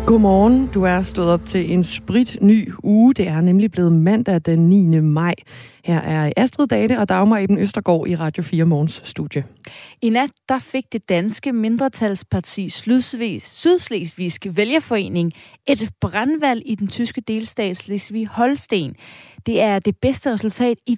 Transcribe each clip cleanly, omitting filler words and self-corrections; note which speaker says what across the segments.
Speaker 1: Godmorgen. Du er stået op til en spritny uge. Det er nemlig blevet mandag den 9. maj. Her er Astrid Date og Dagmar Eben Østergaard i Radio 4 Morgens studie.
Speaker 2: I nat der fik det danske mindretalsparti Sydslesvigsk Vælgerforening et brandvalg i den tyske delstat Slesvig-Holsten. Det er det bedste resultat i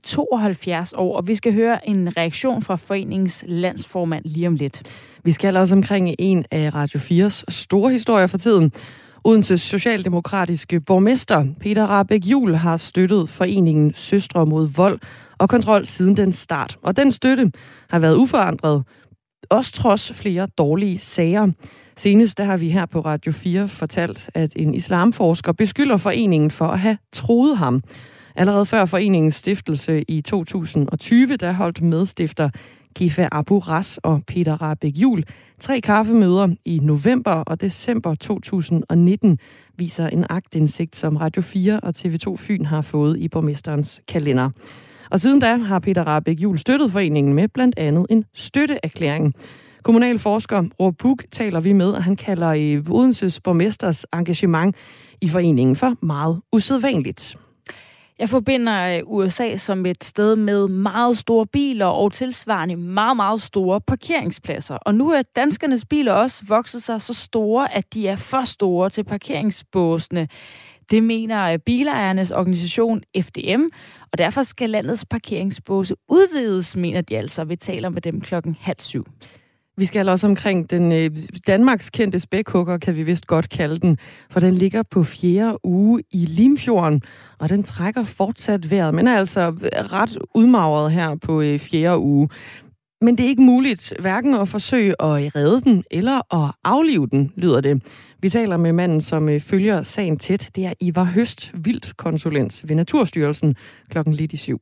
Speaker 2: 72 år, og vi skal høre en reaktion fra foreningens landsformand lige om lidt.
Speaker 1: Vi skal også omkring en af Radio 4's store historier for tiden. Odenses socialdemokratiske borgmester Peter Rahbæk Juhl har støttet foreningen Søstre mod vold og kontrol siden den start. Og den støtte har været uforandret, også trods flere dårlige sager. Senest der har vi her på Radio 4 fortalt, at en islamforsker beskylder foreningen for at have truet ham. Allerede før foreningens stiftelse i 2020, der holdt medstifter Kifa Abu Ras og Peter Rahbæk Juhl 3 kaffemøder i november og december 2019, viser en aktindsigt, som Radio 4 og TV2 Fyn har fået i borgmesterens kalender. Og siden da har Peter Rahbæk Juhl støttet foreningen med blandt andet en støtteerklæring. Kommunalforsker Roar Buch taler vi med, og han kalder Odenses borgmesters engagement i foreningen for meget usædvanligt.
Speaker 2: Jeg forbinder USA som et sted med meget store biler og tilsvarende meget, meget store parkeringspladser. Og nu er danskernes biler også vokset sig så store, at de er for store til parkeringsbåsene. Det mener bilejernes organisation FDM, og derfor skal landets parkeringsbåse udvides, mener de altså. Vi taler med dem 6:30.
Speaker 1: Vi skal også omkring den Danmarks kendte spækhugger, kan vi vist godt kalde den, for den ligger på 4. uge i Limfjorden, og den trækker fortsat vejret, men er altså ret udmagret her på 4. uge. Men det er ikke muligt hverken at forsøge at redde den eller at aflive den, lyder det. Vi taler med manden, som følger sagen tæt. Det er Ivar Høst, vildtkonsulent ved Naturstyrelsen, 7:00.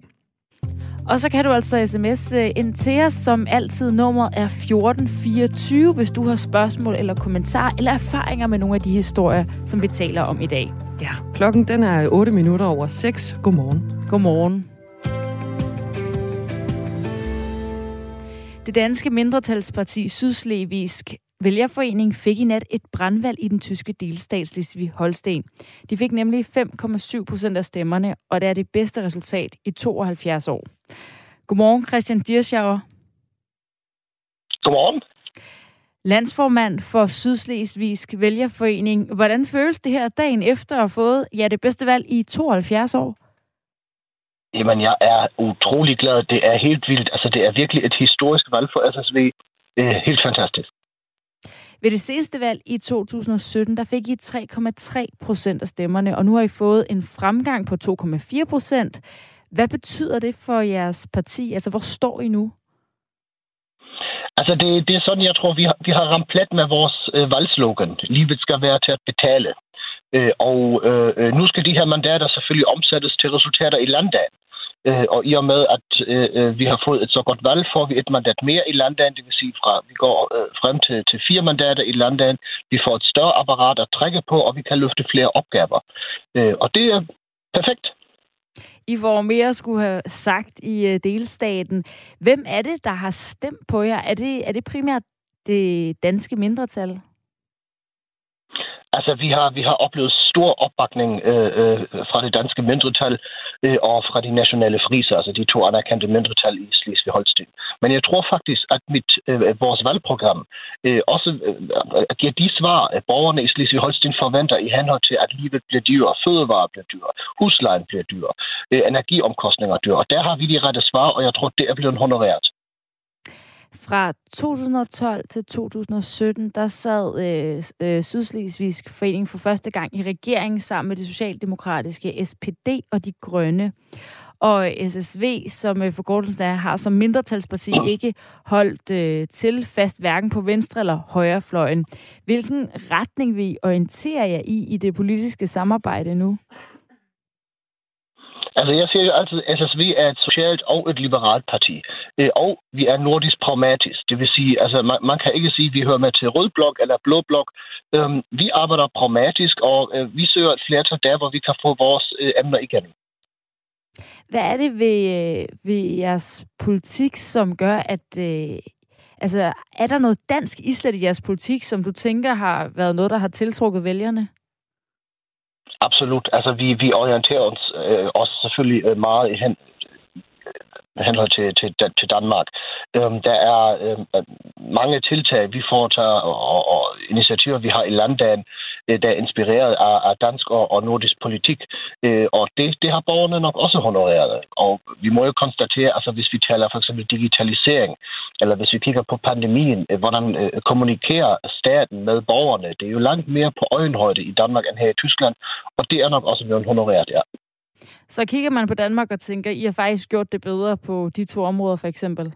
Speaker 2: Og så kan du altså sms ind til os, som altid. Nummeret er 1424, hvis du har spørgsmål eller kommentarer eller erfaringer med nogle af de historier, som vi taler om i dag.
Speaker 1: Ja, klokken den er 6:08. Godmorgen.
Speaker 2: Godmorgen. Det danske mindretalsparti Sydslesvigsk Vælgerforening fik i nat et brandvalg i den tyske delstat Slesvig-Holsten. De fik nemlig 5,7% af stemmerne, og det er det bedste resultat i 72 år. Godmorgen, Christian Dirschauer.
Speaker 3: Godmorgen.
Speaker 2: Landsformand for Sydslesvigsk Vælgerforening. Hvordan føles det her dagen efter at have fået det bedste valg i 72 år?
Speaker 3: Jamen, jeg er utrolig glad. Det er helt vildt. Altså, det er virkelig et historisk valg for SSV. Helt fantastisk.
Speaker 2: Ved det seneste valg i 2017, der fik I 3,3% af stemmerne, og nu har I fået en fremgang på 2,4%. Hvad betyder det for jeres parti? Altså, hvor står I nu?
Speaker 3: Altså, det er sådan, jeg tror, vi har ramt plet med vores valgslogan. Livet skal være til at betale. Nu skal de her mandater selvfølgelig omsættes til resultater i landdagen. Og i og med, at vi har fået et så godt valg, får vi et mandat mere i landdagen. Det vil sige, vi går frem til 4 mandater i landdagen. Vi får et større apparat at trække på, og vi kan løfte flere opgaver. Og det er perfekt.
Speaker 2: I hvor mere skulle have sagt i delstaten. Hvem er det, der har stemt på jer? Er det primært det danske mindretal?
Speaker 3: Altså, vi har oplevet stor opbakning fra det danske mindretal og fra de nationale friser, altså de 2 anerkendte mindretal i Slesvig-Holsten. Men jeg tror faktisk, at vores valgprogram også giver de svar, at borgerne i Slesvig-Holsten forventer i henhold til, at livet bliver dyrere, fødevarer bliver dyrere, huslejen bliver dyrere, energiomkostninger er dyrere. Og der har vi de rette svar, og jeg tror, det er blevet honoreret.
Speaker 2: Fra 2012 til 2017, der sad Sydslesvigsk Forening for første gang i regeringen sammen med det socialdemokratiske SPD og De Grønne. Og SSV, som forkortelsen er, har som mindretalsparti ikke holdt til fast hverken på venstre eller højrefløjen. Hvilken retning vil I orientere jer i det politiske samarbejde nu?
Speaker 3: Altså, jeg siger jo altid, at SSV er et socialt og et liberalt parti. Og vi er nordisk pragmatisk. Det vil sige, altså, man kan ikke sige, at vi hører med til rød blok eller blå blok. Vi arbejder pragmatisk, og vi søger et flertal der, hvor vi kan få vores emner igennem.
Speaker 2: Hvad er det ved jeres politik, som gør, at... er der noget dansk islet i jeres politik, som du tænker har været noget, der har tiltrukket vælgerne?
Speaker 3: Absolut. Altså, vi orienterer os også selvfølgelig meget i henhold til Danmark. Der er mange tiltag, vi foretager, og initiativer, vi har i landdagen, der er inspireret af dansk og nordisk politik. Og det har borgerne nok også honoreret. Og vi må jo konstatere, altså hvis vi taler for eksempel digitalisering, eller hvis vi kigger på pandemien, hvordan kommunikerer staten med borgerne, det er jo langt mere på øjenhøjde i Danmark end her i Tyskland, og det er nok også blevet honoreret, ja.
Speaker 2: Så kigger man på Danmark og tænker, I har faktisk gjort det bedre på de 2 områder, for eksempel?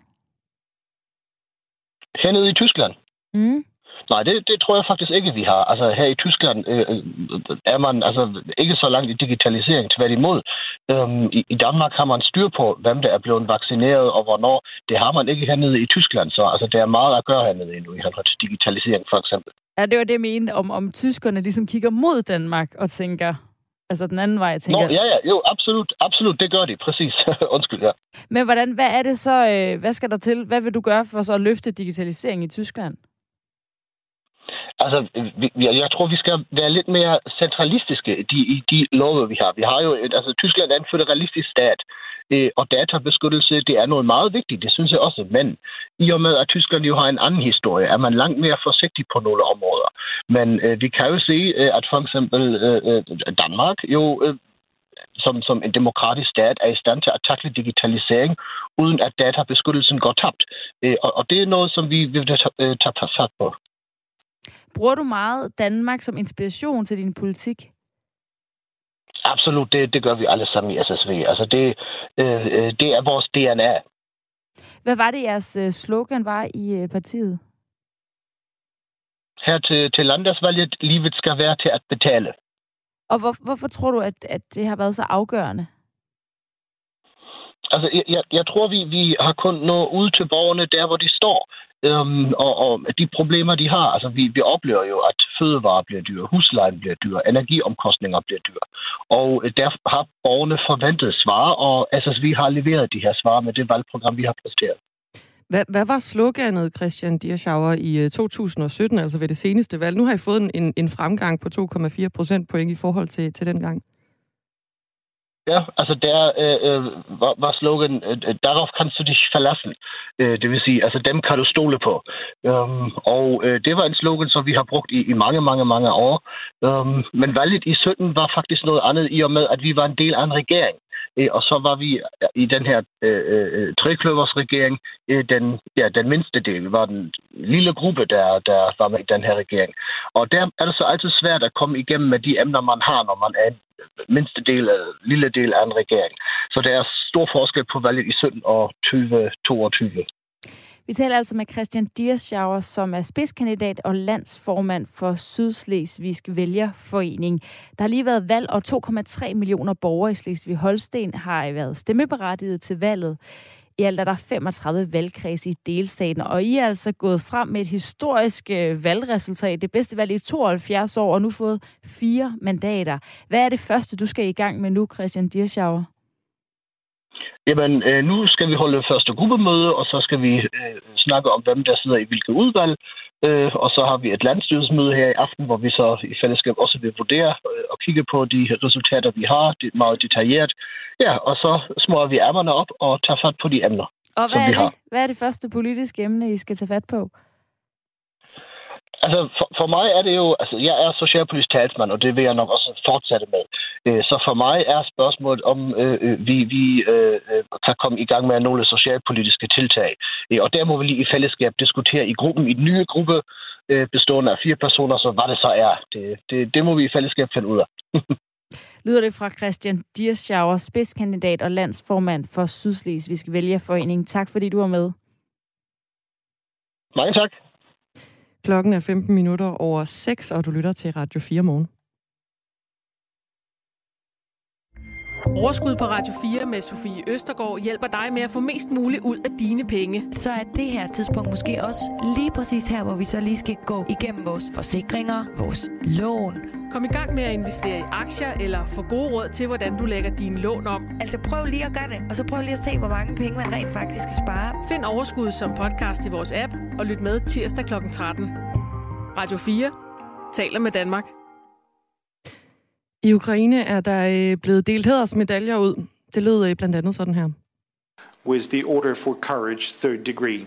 Speaker 3: Hernede i Tyskland?
Speaker 2: Mm.
Speaker 3: Nej, det tror jeg faktisk ikke, vi har. Altså her i Tyskland er man altså ikke så langt i digitalisering, tværtimod. I Danmark har man styr på, hvem der er blevet vaccineret og hvornår. Det har man ikke hernede i Tyskland, så altså, der er meget at gøre hernede endnu i forhold til digitalisering, for eksempel. Ja,
Speaker 2: det var det, jeg mente, om tyskerne ligesom kigger mod Danmark og tænker, altså den anden vej, jeg tænker...
Speaker 3: Jo, absolut, det gør de, præcis. Undskyld, ja.
Speaker 2: Men hvad er det så, hvad skal der til? Hvad vil du gøre for så at løfte digitalisering i Tyskland?
Speaker 3: Altså, jeg tror, vi skal være lidt mere centralistiske i de love, vi har. Vi har jo, Tyskland er en føderalistisk stat, og databeskyttelse, det er noget meget vigtigt, det synes jeg også. Men i og med, at Tyskland jo har en anden historie, er man langt mere forsigtig på nogle områder. Men vi kan jo se, at for eksempel Danmark jo... Som en demokratisk stat er i stand til at tackle digitalisering, uden at databeskyttelsen går tabt. Og det er noget, som vi vil tage fat på.
Speaker 2: Bruger du meget Danmark som inspiration til din politik?
Speaker 3: Absolut, det gør vi alle sammen i SSV. Altså det er vores DNA.
Speaker 2: Hvad var det, jeres slogan var i partiet?
Speaker 3: Her til landsvalget, livet skal være til at betale.
Speaker 2: Og hvorfor tror du, at det har været så afgørende?
Speaker 3: Altså, jeg tror, vi har kun nået ud til borgerne der, hvor de står. Og de problemer, de har. Altså, vi oplever jo, at fødevarer bliver dyre, huslejen bliver dyre, energiomkostninger bliver dyre. Og der har borgerne forventet svar, og SSV har leveret de her svar med det valgprogram, vi har præsteret.
Speaker 1: Hvad var sloganet, Christian Dierschauer, i 2017, altså ved det seneste valg? Nu har I fået en fremgang på 2,4 procentpoint i forhold til den gang.
Speaker 3: Ja, altså der var slogan, darauf kannst du dich verlassen. Det vil sige, altså dem kan du stole på. Og det var en slogan, som vi har brugt i mange år. Men valget i 17 var faktisk noget andet i og med, at vi var en del af en regering. Og så var vi i den her trekløversregering, den mindste del var den lille gruppe, der var med i den her regering. Og der er det så altid svært at komme igennem med de emner, man har, når man er en lille del af en regering. Så der er stor forskel på valget i 17 og 2022.
Speaker 2: Vi taler altså med Christian Dierschauer, som er spidskandidat og landsformand for Sydslesvigsk Vælgerforening. Der har lige været valg, og 2,3 millioner borgere i Slesvig-Holsten har været stemmeberettiget til valget. I alt er der 35 valgkredse i delstaten, og I er altså gået frem med et historisk valgresultat. Det bedste valg i 72 år, og nu fået 4 mandater. Hvad er det første, du skal i gang med nu, Christian Dierschauer?
Speaker 3: Jamen, nu skal vi holde første gruppemøde, og så skal vi snakke om, hvem der sidder i hvilke udvalg. Og så har vi et landsstyrelsesmøde her i aften, hvor vi så i fællesskab også vil vurdere og kigge på de resultater, vi har. Det er meget detaljeret. Ja, og så smører vi ærmerne op og tager fat på de emner,
Speaker 2: og hvad er det første politiske emne, I skal tage fat på?
Speaker 3: Altså, for mig er det jo... Altså, jeg er socialpolitisk talsmand, og det vil jeg nok også fortsætte med. Så for mig er spørgsmålet, om vi kan komme i gang med nogle socialpolitiske tiltag. Og der må vi lige i fællesskab diskutere i gruppen, i den nye gruppe, bestående af 4 personer, så hvad det så er. Det må vi i fællesskab finde ud af.
Speaker 2: Lyder det fra Christian Dierschauer, spidskandidat og landsformand for Sydslesvigsk Vælgerforening. Tak fordi du var med.
Speaker 3: Mange tak.
Speaker 1: Klokken er 15 minutter over 6, og du lytter til Radio 4 morgen.
Speaker 4: Overskud på Radio 4 med Sofie Østergaard hjælper dig med at få mest muligt ud af dine penge.
Speaker 5: Så er det her tidspunkt måske også lige præcis her, hvor vi så lige skal gå igennem vores forsikringer, vores lån.
Speaker 4: Kom i gang med at investere i aktier eller få gode råd til, hvordan du lægger dine lån om.
Speaker 5: Altså prøv lige at gøre det, og så prøv lige at se, hvor mange penge man rent faktisk skal spare.
Speaker 4: Find Overskud som podcast i vores app og lyt med tirsdag kl. 13. Radio 4 taler med Danmark.
Speaker 1: I Ukraine er der blevet delt hædersmedaljer ud. Det lød blandt andet sådan her.
Speaker 6: With the Order for Courage, 3rd degree.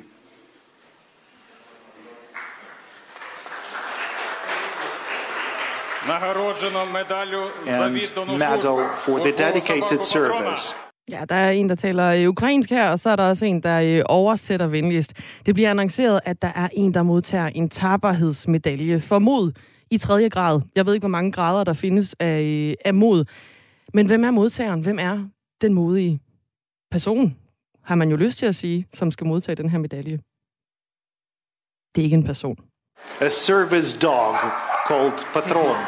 Speaker 6: And medal for the dedicated service.
Speaker 1: Ja, der er en, der taler ukrainsk her, og så er der også en, der oversætter venligst. Det bliver annonceret, at der er en, der modtager en tapperhedsmedalje for mod i 3. grad. Jeg ved ikke, hvor mange grader der findes af mod. Men hvem er modtageren? Hvem er den modige person, har man jo lyst til at sige, som skal modtage den her medalje? Det er ikke en person.
Speaker 6: A service dog called Patron.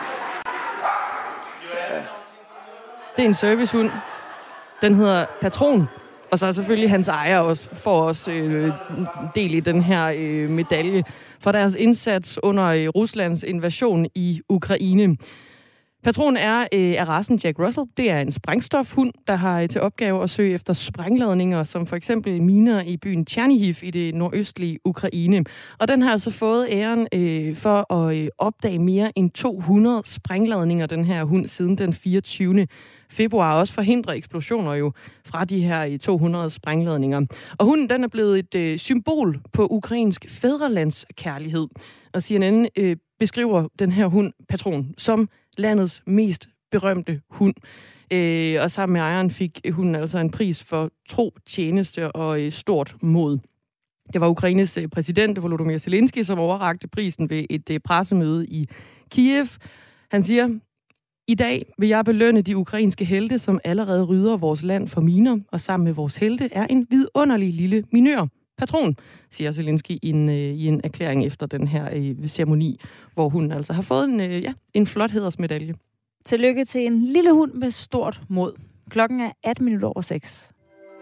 Speaker 1: Det er en servicehund. Den hedder Patron. Og så er selvfølgelig hans ejer også, får også del i den her medalje for deres indsats under Ruslands invasion i Ukraine. Patron er af racen Jack Russell. Det er en sprængstofhund, der har til opgave at søge efter sprængladninger, som for eksempel miner i byen Chernihiv i det nordøstlige Ukraine. Og den har altså fået æren for at opdage mere end 200 sprængladninger, den her hund, siden den 24. februar, også forhindrer eksplosioner jo fra de her 200 sprængladninger. Og hunden, den er blevet et symbol på ukrainsk fædrelandskærlighed. Og CNN beskriver den her hund, Patron, som landets mest berømte hund. Og sammen med ejeren fik hunden altså en pris for tro, tjeneste og stort mod. Det var Ukraines præsident, Volodymyr Zelensky, som overrakte prisen ved et pressemøde i Kiev. Han siger: "I dag vil jeg belønne de ukrainske helte, som allerede rydder vores land for miner, og sammen med vores helte er en vidunderlig lille minør. Patron", siger Zelensky i en erklæring efter den her ceremoni, hvor hun altså har fået en flot hædersmedalje.
Speaker 2: Tillykke til en lille hund med stort mod. Klokken er 6:18.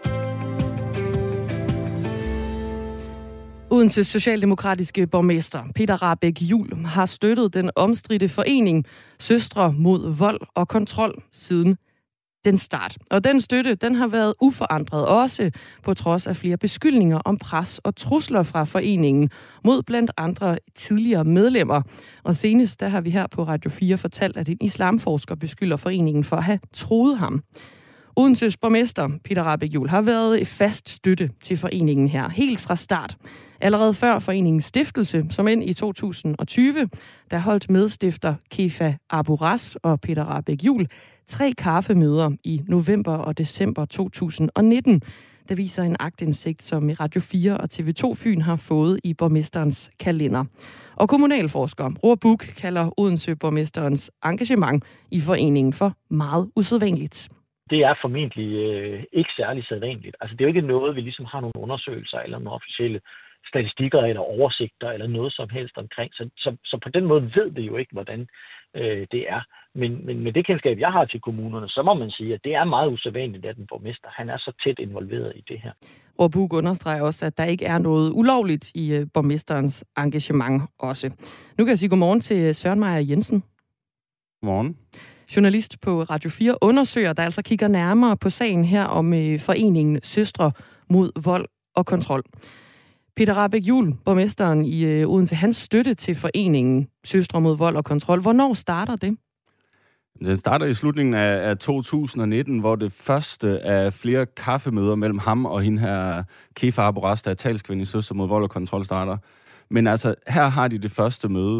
Speaker 1: Odenses socialdemokratiske borgmester Peter Rahbæk Juhl har støttet den omstridte forening Søstre mod vold og kontrol siden den start. Og den støtte, den har været uforandret også på trods af flere beskyldninger om pres og trusler fra foreningen mod blandt andre tidligere medlemmer. Og senest der har vi her på Radio 4 fortalt, at en islamforsker beskylder foreningen for at have truet ham. Odenses borgmester Peter Rahbæk Juhl har været fast støtte til foreningen her, helt fra start. Allerede før foreningens stiftelse, som end i 2020, der holdt medstifter Kefa Aburas og Peter Rahbæk Juhl 3 kaffemøder i november og december 2019. Der viser en aktindsigt, som Radio 4 og TV2 Fyn har fået i borgmesterens kalender. Og kommunalforsker Roar Buch kalder Odense-borgmesterens engagement i foreningen for meget usædvanligt.
Speaker 7: Det er formentlig ikke særlig sædvanligt. Altså, det er jo ikke noget, vi ligesom har nogle undersøgelser eller nogle officielle statistikker eller oversigter eller noget som helst omkring. Så på den måde ved vi jo ikke, hvordan det er. Men med det kendskab, jeg har til kommunerne, så må man sige, at det er meget usædvanligt, at en borgmester han er så tæt involveret i det her.
Speaker 1: Og Buch understreger også, at der ikke er noget ulovligt i borgmesterens engagement også. Nu kan jeg sige godmorgen til Søren Meyer Jensen.
Speaker 8: Godmorgen.
Speaker 1: Journalist på Radio 4 undersøger, der altså kigger nærmere på sagen her om foreningen Søstre mod vold og kontrol. Peter Rahbæk Juhl, borgmesteren i Odense, hans støtte til foreningen Søstre mod vold og kontrol. Hvornår starter det?
Speaker 8: Den starter i slutningen af 2019, hvor det første af flere kaffemøder mellem ham og hende her Kefa Aburas, der er talskvinde i Søstre mod vold og kontrol, starter. Men altså, her har de det første møde,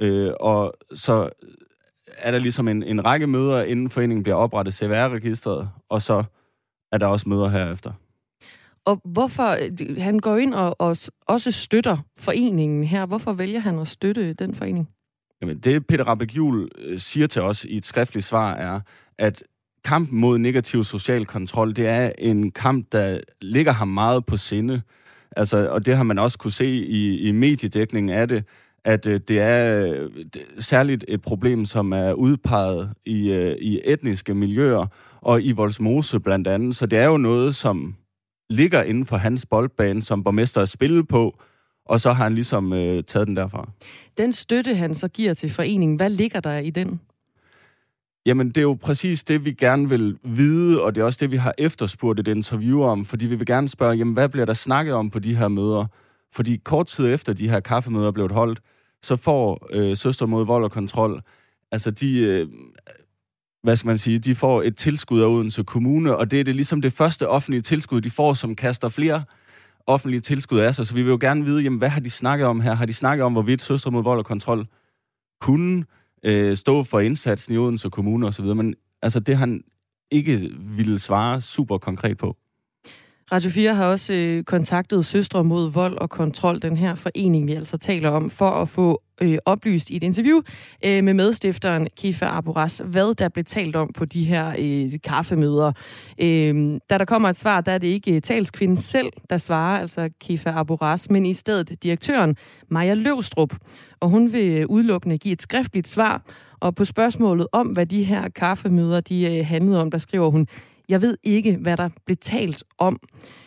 Speaker 8: og så er der ligesom en række møder, inden foreningen bliver oprettet CVR-registret, og så er der også møder herefter.
Speaker 1: Og hvorfor, han går ind og også støtter foreningen her, hvorfor vælger han at støtte den forening?
Speaker 8: Jamen, det Peter Rahbæk Juhl siger til os i et skriftligt svar er, at kampen mod negativ social kontrol, det er en kamp, der ligger ham meget på sinde. Altså, og det har man også kunne se i mediedækningen af det, at det er særligt et problem, som er udpeget i etniske miljøer og i Vollsmose blandt andet. Så det er jo noget, som ligger inden for hans boldbane, som borgmester er spillet på, og så har han ligesom taget den derfra. Den støtte, han så giver til foreningen, hvad ligger der i den? Jamen, det er jo præcis det, vi gerne vil vide, og det er også det, vi har efterspurgt et interview om, fordi vi vil gerne spørge, jamen, hvad bliver der snakket om på de her møder? Fordi kort tid efter de her kaffemøder blev holdt, så får Søstre mod vold og kontrol, altså hvad skal man sige, de får et tilskud af Odense Kommune, og det er ligesom det første offentlige tilskud, de får, som kaster flere offentlige tilskud af sig. Så vi vil jo gerne vide, jamen, hvad har de snakket om her? Har de snakket om, hvorvidt Søstre mod vold og kontrol kunne stå for indsatsen i Odense Kommune osv.? Men altså, det har han ikke ville svare super konkret på.
Speaker 1: Radio 4 har også kontaktet Søstre mod vold og kontrol, den her forening, vi altså taler om, for at få oplyst i et interview med medstifteren Kifa Aburas, hvad der blev talt om på de her kaffemøder. Da der kommer et svar, der er det ikke talskvinden selv, der svarer, altså Kifa Aburas, men i stedet direktøren Maja Løvstrup. Og hun vil udelukkende give et skriftligt svar, og på spørgsmålet om, hvad de her kaffemøder de handlede om, der skriver hun: Jeg ved ikke, hvad der blev talt om.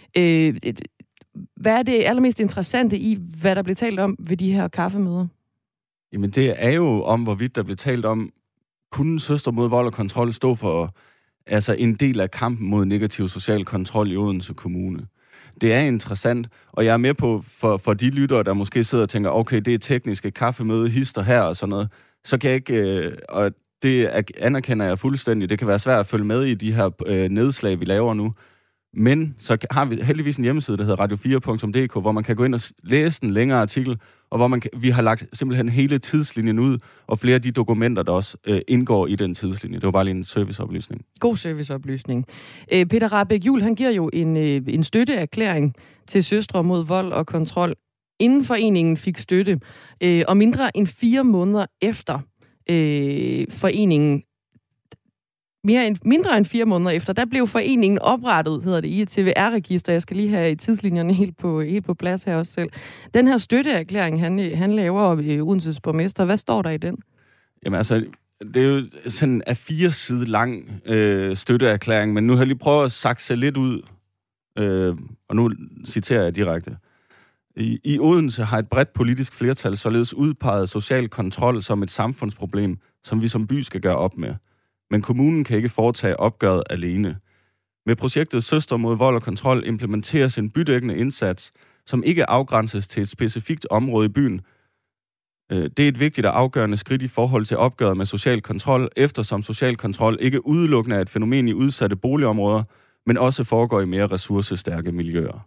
Speaker 1: Hvad er det allermest interessante i, hvad der blev talt om ved de her kaffemøder?
Speaker 8: Jamen, det er jo om, hvorvidt der blev talt om, kunne Søstre mod vold og kontrol stå for altså en del af kampen mod negativ social kontrol i Odense Kommune. Det er interessant, og jeg er med på, for de lyttere, der måske sidder og tænker, okay, det er tekniske kaffemøde, hister her og sådan noget, så kan jeg ikke, og det anerkender jeg fuldstændig. Det kan være svært at følge med i de her nedslag, vi laver nu. Men så har vi heldigvis en hjemmeside, der hedder radio4.dk, hvor man kan gå ind og læse en længere artikel, og hvor vi har lagt simpelthen hele tidslinjen ud, og flere af de dokumenter, der også indgår i den tidslinje. Det var bare lige en serviceoplysning. God
Speaker 1: serviceoplysning. Peter Rahbæk Juhl, han giver jo en støtteerklæring til Søstre mod vold og kontrol, inden foreningen fik støtte, og mindre end 4 måneder efter foreningen, mindre end 4 måneder efter, der blev foreningen oprettet, hedder det, i et TVR-register. Jeg skal lige have tidslinjerne helt på plads her også selv. Den her støtteerklæring, han laver Odenses borgmester. Hvad står der i den?
Speaker 8: Jamen altså, det er jo sådan en 4 sider lang støtteerklæring, men nu har jeg lige prøvet at sakse lidt ud, og nu citerer jeg direkte. I Odense har et bredt politisk flertal således udpeget social kontrol som et samfundsproblem, som vi som by skal gøre op med. Men kommunen kan ikke foretage opgøret alene. Med projektet Søstre mod vold og kontrol implementeres en bydækkende indsats, som ikke afgrænses til et specifikt område i byen. Det er et vigtigt og afgørende skridt i forhold til opgøret med social kontrol, eftersom social kontrol ikke udelukkende er et fænomen i udsatte boligområder, men også foregår i mere ressourcestærke miljøer.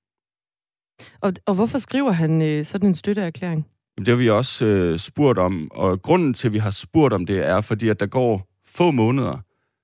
Speaker 1: Og hvorfor skriver han sådan en støtteerklæring?
Speaker 8: Det har vi også spurgt om, og grunden til, at vi har spurgt om det, er, fordi at der går få måneder,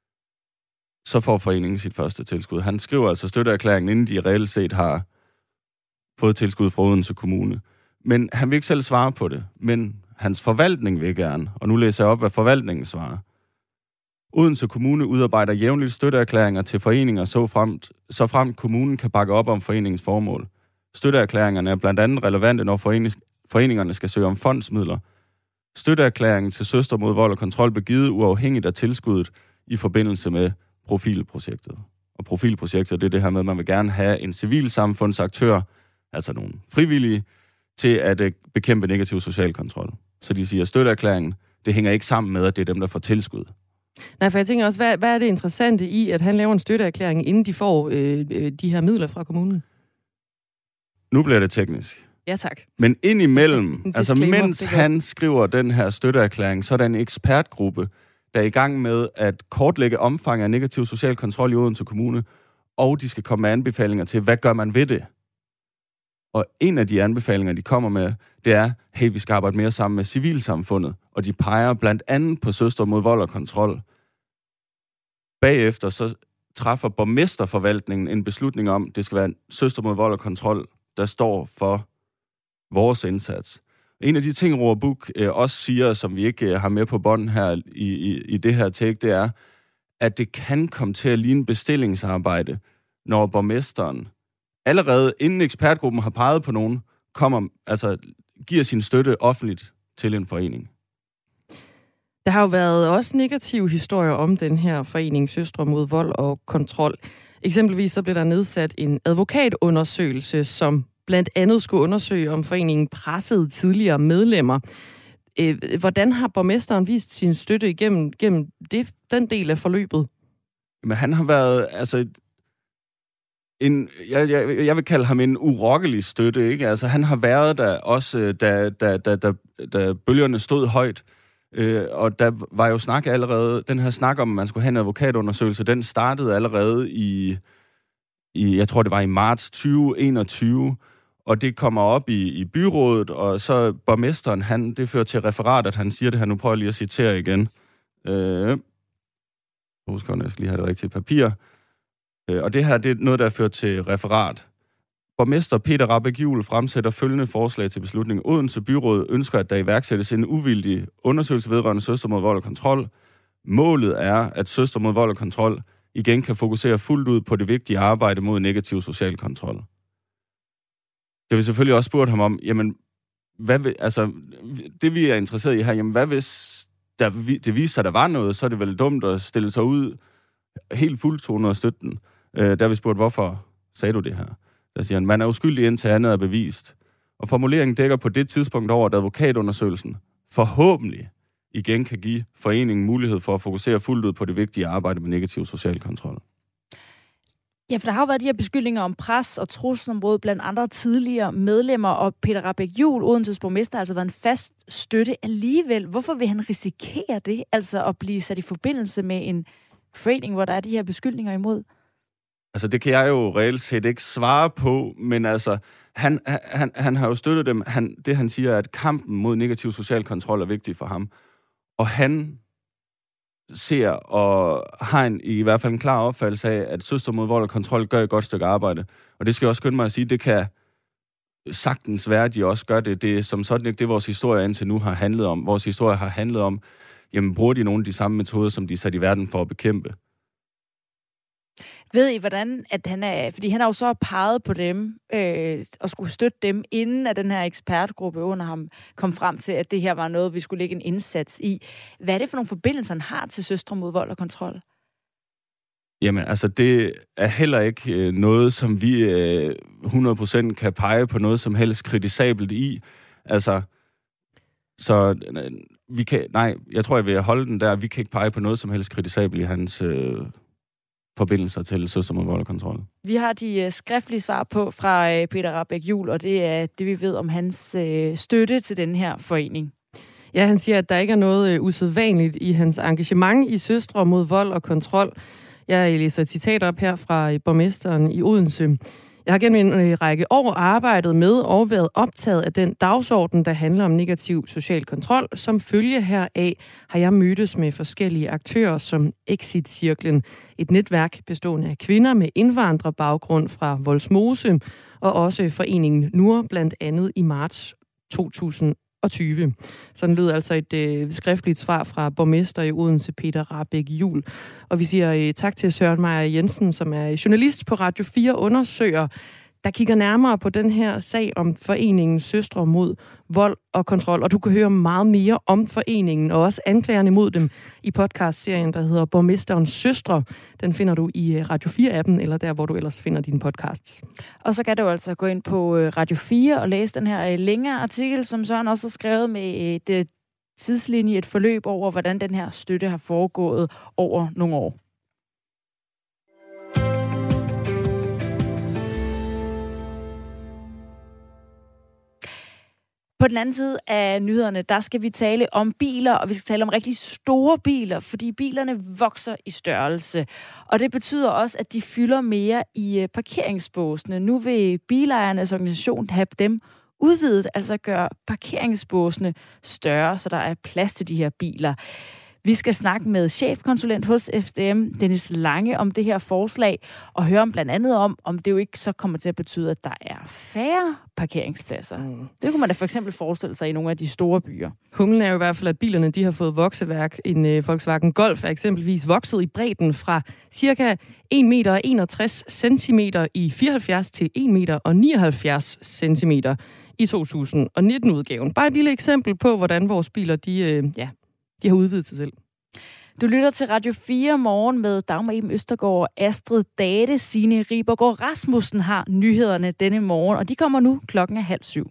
Speaker 8: så får foreningen sit første tilskud. Han skriver altså støtteerklæringen, inden de reelt set har fået tilskud fra Odense Kommune. Men han vil ikke selv svare på det, men hans forvaltning vil gerne, og nu læser jeg op, hvad forvaltningen svarer. Odense Kommune udarbejder jævnligt støtteerklæringer til foreninger, så fremt kommunen kan bakke op om foreningens formål. Støtteerklæringerne er blandt andet relevante, når foreningerne skal søge om fondsmidler. Støtteerklæringen til Søstre mod vold og kontrol blev givet uafhængigt af tilskuddet i forbindelse med profilprojektet. Og profilprojektet, det er det her med, at man vil gerne have en civilsamfundsaktør, altså nogle frivillige, til at bekæmpe negativ social kontrol. Så de siger, at støtteerklæringen, det hænger ikke sammen med, at det er dem, der får tilskud.
Speaker 1: Nej, for jeg tænker også, hvad er det interessante i, at han laver en støtteerklæring, inden de får de her midler fra kommunen?
Speaker 8: Nu bliver det teknisk.
Speaker 1: Ja, tak.
Speaker 8: Men indimellem, altså mens han skriver den her støtteerklæring, så er der en ekspertgruppe, der er i gang med at kortlægge omfanget af negativ social kontrol i Odense Kommune, og de skal komme med anbefalinger til, hvad gør man ved det? Og en af de anbefalinger, de kommer med, det er, hey, vi skal arbejde mere sammen med civilsamfundet, og de peger blandt andet på Søstre mod vold og kontrol. Bagefter så træffer borgmesterforvaltningen en beslutning om, det skal være Søstre mod vold og kontrol, der står for vores indsats. En af de ting, Roar Buch også siger, som vi ikke har med på bånd her i det her take, det er, at det kan komme til at ligne bestillingsarbejde, når borgmesteren allerede inden ekspertgruppen har peget på nogen, giver sin støtte offentligt til en forening.
Speaker 1: Der har jo været også negative historier om den her forening Søstre mod vold og kontrol. Eksempelvis så blev der nedsat en advokatundersøgelse, som blandt andet skulle undersøge, om foreningen pressede tidligere medlemmer. Hvordan har borgmesteren vist sin støtte igennem den del af forløbet?
Speaker 8: Men han har været, jeg vil kalde ham en urokkelig støtte, ikke? Altså, han har været der også, da bølgerne stod højt. Og der var jo den her snak om, at man skulle have en advokatundersøgelse, den startede allerede i jeg tror det var i marts 2021, og det kommer op i byrådet, og så borgmesteren, det fører til referat, at han siger det her, nu prøver jeg lige at citere igen. Jeg skal lige have det rigtige papir. Og det her, det er noget, der fører til referat. Borgmester Peter Rahbæk Juhl fremsætter følgende forslag til beslutning. Odense Byråd ønsker, at der iværksættes en uvildig undersøgelse vedrørende Søstre mod vold og kontrol. Målet er, at Søstre mod vold og kontrol igen kan fokusere fuldt ud på det vigtige arbejde mod negativ social kontrol. Det vi selvfølgelig også spurgt ham om, jamen, det vi er interesseret i her, jamen, hvad hvis det viser sig, at der var noget, så er det vel dumt at stille sig ud helt fuldtonet og støtte den. Der vi spurgt, hvorfor sagde du det her? Der siger han, man er uskyldig indtil andet er bevist. Og formuleringen dækker på det tidspunkt over, at advokatundersøgelsen forhåbentlig igen kan give foreningen mulighed for at fokusere fuldt ud på det vigtige arbejde med negativ social kontrol.
Speaker 2: Ja, for der har jo været de her beskyldninger om pres og trusselområde blandt andre tidligere medlemmer, og Peter Rahbæk Juhl, Odenses borgmester, har altså været en fast støtte alligevel. Hvorfor vil han risikere det, altså at blive sat i forbindelse med en forening, hvor der er de her beskyldninger imod?
Speaker 8: Altså, det kan jeg jo reelt set ikke svare på, men altså, han har jo støttet dem. Det han siger er, at kampen mod negativ social kontrol er vigtig for ham. Og han ser og har i hvert fald en klar opfattelse af, at Søstre mod vold og kontrol gør et godt stykke arbejde. Og det skal jeg også skynde mig at sige, det kan sagtens være, at de også gør det. Det er som sådan ikke det, vores historie indtil nu har handlet om. Vores historie har handlet om, jamen bruger de nogle af de samme metoder, som de er sat i verden for at bekæmpe.
Speaker 2: Ved I, hvordan at han er... Fordi han har jo så peget på dem og skulle støtte dem, inden at den her ekspertgruppe under ham kom frem til, at det her var noget, vi skulle lægge en indsats i. Hvad er det for nogle forbindelser, han har til Søstre mod vold og kontrol?
Speaker 8: Jamen, altså, det er heller ikke noget, som vi 100% kan pege på noget som helst kritisabelt i. Altså, så vi kan... Nej, jeg tror, jeg vil holde den der. Vi kan ikke pege på noget som helst kritisabelt i hans... forbindelser til Søstre mod vold og kontrol. Vi
Speaker 2: har de skriftlige svar på fra Peter Rahbæk Juhl, og det er det, vi ved om hans støtte til den her forening.
Speaker 1: Ja, han siger, at der ikke er noget usædvanligt i hans engagement i Søstre mod vold og kontrol. Jeg læser et citat op her fra borgmesteren i Odense. Jeg har gennem en række år arbejdet med og været optaget af den dagsorden, der handler om negativ social kontrol. Som følge heraf har jeg mødtes med forskellige aktører som Exit-cirklen, et netværk bestående af kvinder med indvandrerbaggrund fra Vollsmose, og også foreningen NUR, blandt andet i marts 2020. Sådan lød altså et skriftligt svar fra borgmester i Odense, Peter Rahbæk Juhl. Og vi siger tak til Søren Meyer Jensen, som er journalist på Radio 4 Undersøger, der kigger nærmere på den her sag om foreningen Søstre mod vold og kontrol. Og du kan høre meget mere om foreningen og også anklagerne imod dem i podcastserien, der hedder Borgmesterens Søstre. Den finder du i Radio 4-appen eller der, hvor du ellers finder dine podcasts.
Speaker 2: Og så kan du altså gå ind på Radio 4 og læse den her længere artikel, som Søren også har skrevet med et tidslinje, et forløb over, hvordan den her støtte har foregået over nogle år. På den anden side af nyhederne, der skal vi tale om biler, og vi skal tale om rigtig store biler, fordi bilerne vokser i størrelse. Og det betyder også, at de fylder mere i parkeringsbåsene. Nu vil bilejernes organisation have dem udvidet, altså gøre parkeringsbåsene større, så der er plads til de her biler. Vi skal snakke med chefkonsulent hos FDM, Dennis Lange, om det her forslag, og høre om blandt andet om det jo ikke så kommer til at betyde, at der er færre parkeringspladser. Det kunne man da for eksempel forestille sig i nogle af de store byer.
Speaker 1: Humlen er jo i hvert fald, at bilerne de har fået vokseværk. En Volkswagen Golf er eksempelvis vokset i bredden fra ca. 1,61 meter i 74 til 1,79 meter i 2019-udgaven. Bare et lille eksempel på, hvordan vores biler de har udvidet sig selv.
Speaker 2: Du lytter til Radio 4 morgen med Dagmar Eben Østergaard, Astrid Date, Signe Ribergaard Rasmussen har nyhederne denne morgen, og de kommer nu 6:30.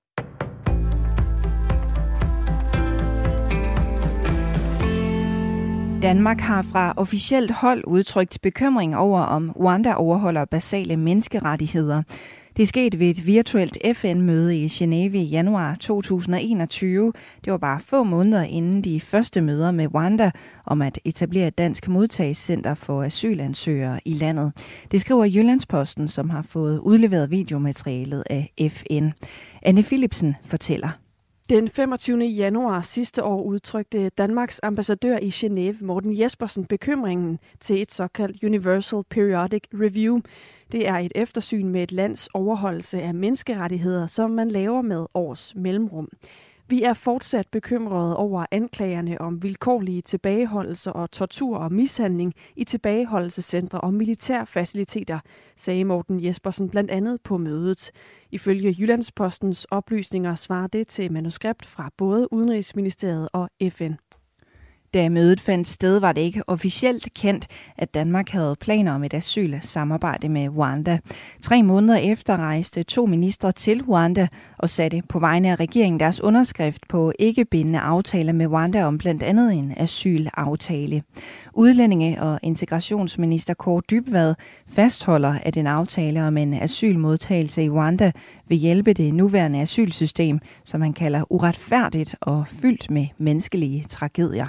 Speaker 9: Danmark har fra officielt hold udtrykt bekymring over, om Rwanda overholder basale menneskerettigheder. Det skete ved et virtuelt FN-møde i Genève i januar 2021. Det var bare få måneder inden de første møder med Rwanda om at etablere et dansk modtagscenter for asylansøgere i landet. Det skriver Jyllandsposten, som har fået udleveret videomaterialet af FN. Anne Philipsen fortæller.
Speaker 10: Den 25. januar sidste år udtrykte Danmarks ambassadør i Genève, Morten Jespersen, bekymringen til et såkaldt Universal Periodic Review. Det er et eftersyn med et lands overholdelse af menneskerettigheder, som man laver med års mellemrum. Vi er fortsat bekymrede over anklagerne om vilkårlige tilbageholdelser og tortur og mishandling i tilbageholdelsescentre og militærfaciliteter, sagde Morten Jespersen blandt andet på mødet. Ifølge Jyllandspostens oplysninger svarer det til manuskript fra både Udenrigsministeriet og FN.
Speaker 9: Da mødet fandt sted, var det ikke officielt kendt, at Danmark havde planer om et asylsamarbejde med Rwanda. 3 måneder efter rejste 2 ministre til Rwanda og satte på vegne af regeringen deres underskrift på ikke-bindende aftaler med Rwanda om blandt andet en asylaftale. Udlændinge- og integrationsminister Kaare Dybvad fastholder, at en aftale om en asylmodtagelse i Rwanda vil hjælpe det nuværende asylsystem, som han kalder uretfærdigt og fyldt med menneskelige tragedier.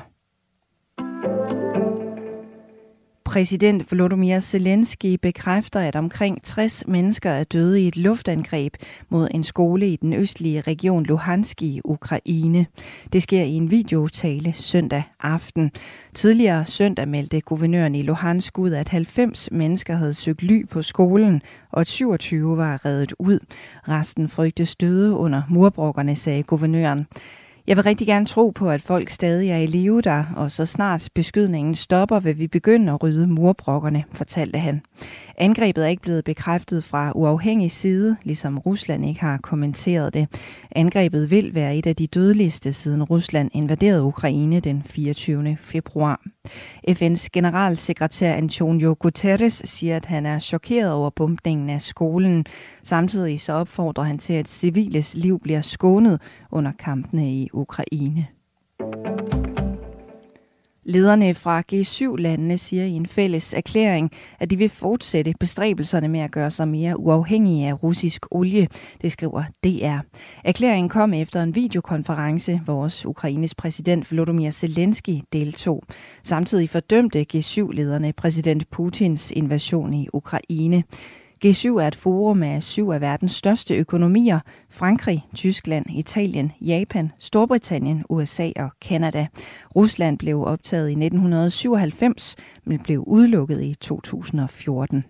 Speaker 9: Præsident Volodymyr Zelensky bekræfter, at omkring 60 mennesker er døde i et luftangreb mod en skole i den østlige region Luhansk i Ukraine. Det sker i en videotale søndag aften. Tidligere søndag meldte guvernøren i Luhansk ud, at 90 mennesker havde søgt ly på skolen, og at 27 var reddet ud. Resten frygtes døde under murbrokkerne, sagde guvernøren. Jeg vil rigtig gerne tro på, at folk stadig er i live der, og så snart beskydningen stopper, vil vi begynde at rydde murbrokkerne, fortalte han. Angrebet er ikke blevet bekræftet fra uafhængig side, ligesom Rusland ikke har kommenteret det. Angrebet vil være et af de dødeligste, siden Rusland invaderede Ukraine den 24. februar. FN's generalsekretær Antonio Guterres siger, at han er chokeret over bombningen af skolen. Samtidig så opfordrer han til, at civiles liv bliver skånet under kampene i Ukraine. Lederne fra G7-landene siger i en fælles erklæring, at de vil fortsætte bestræbelserne med at gøre sig mere uafhængige af russisk olie, det skriver DR. Erklæringen kom efter en videokonference, hvor også Ukraines præsident Volodymyr Zelensky deltog. Samtidig fordømte G7-lederne præsident Putins invasion i Ukraine. G7 er et forum af 7 af verdens største økonomier: Frankrig, Tyskland, Italien, Japan, Storbritannien, USA og Kanada. Rusland blev optaget i 1997, men blev udelukket i 2014.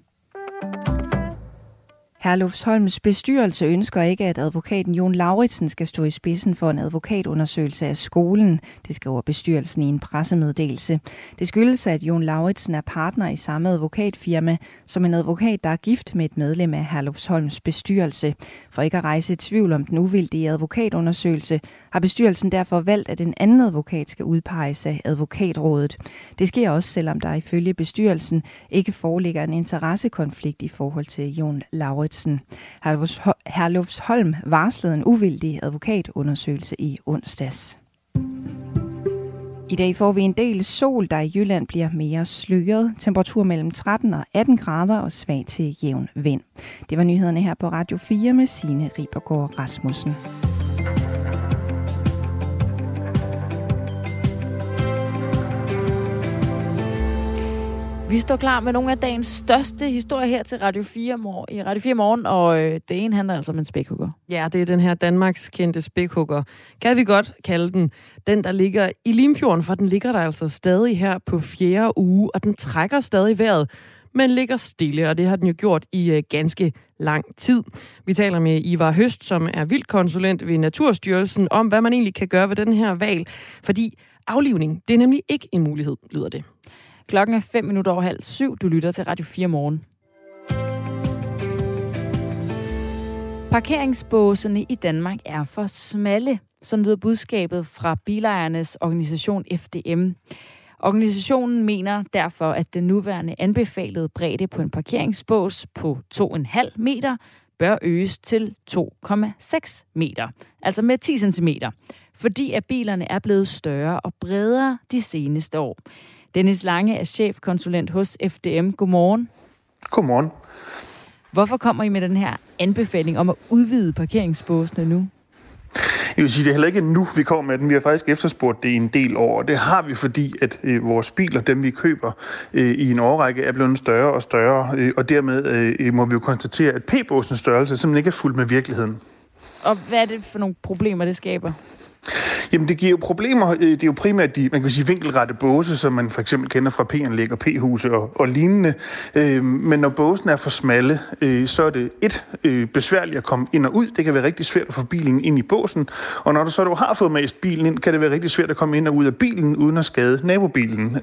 Speaker 9: Herlufsholms bestyrelse ønsker ikke, at advokaten Jon Lauritsen skal stå i spidsen for en advokatundersøgelse af skolen, det skriver bestyrelsen i en pressemeddelelse. Det skyldes, at Jon Lauritsen er partner i samme advokatfirma som en advokat, der er gift med et medlem af Herlufsholms bestyrelse. For ikke at rejse tvivl om den uvildige advokatundersøgelse, har bestyrelsen derfor valgt, at en anden advokat skal udpeges af advokatrådet. Det sker også, selvom der ifølge bestyrelsen ikke foreligger en interessekonflikt i forhold til Jon Lauritsen. Herlufsholm varslede en uvildig advokatundersøgelse i onsdags. I dag får vi en del sol, der i Jylland bliver mere sløret. Temperatur mellem 13 og 18 grader og svag til jævn vind. Det var nyhederne her på Radio 4 med Signe Ribergaard Rasmussen.
Speaker 2: Vi står klar med nogle af dagens største historier her til Radio 4 i Radio 4 Morgen, og det ene handler altså om en spækhugger.
Speaker 1: Ja, det er den her Danmarks kendte spækhugger. Kan vi godt kalde den. Den, der ligger i Limfjorden, for den ligger der altså stadig her på 4. uge, og den trækker stadig vejret, men ligger stille, og det har den jo gjort i ganske lang tid. Vi taler med Ivar Høst, som er vildkonsulent ved Naturstyrelsen, om hvad man egentlig kan gøre ved den her hval, fordi aflivning, det er nemlig ikke en mulighed, lyder det.
Speaker 2: Klokken er 7:05. Du lytter til Radio 4 Morgen. Parkeringsbåsene i Danmark er for smalle. Sådan lyder budskabet fra bilejernes organisation FDM. Organisationen mener derfor, at den nuværende anbefalede bredde på en parkeringsbås på 2,5 meter bør øges til 2,6 meter, altså med 10 cm, fordi at bilerne er blevet større og bredere de seneste år. Dennis Lange er chefkonsulent hos FDM. Godmorgen.
Speaker 6: Godmorgen.
Speaker 2: Hvorfor kommer I med den her anbefaling om at udvide parkeringsbåsene nu?
Speaker 11: Jeg vil sige, det er heller ikke nu, vi kommer med den. Vi har faktisk efterspurgt det i en del år, og det har vi, fordi at vores biler, dem vi køber i en årrække, er blevet større og større, og dermed må vi jo konstatere, at P-båsens størrelse simpelthen ikke er fuldt med virkeligheden.
Speaker 2: Og hvad er det for nogle problemer, det skaber?
Speaker 11: Jamen, det giver jo problemer. Det er jo primært de, man kan sige, vinkelrette båse, som man for eksempel kender fra P-anlæg og P-huse og lignende. Men når båsen er for smalle, så er det besværligt at komme ind og ud. Det kan være rigtig svært at få bilen ind i båsen. Og når du har fået mast bilen ind, kan det være rigtig svært at komme ind og ud af bilen, uden at skade nabobilen.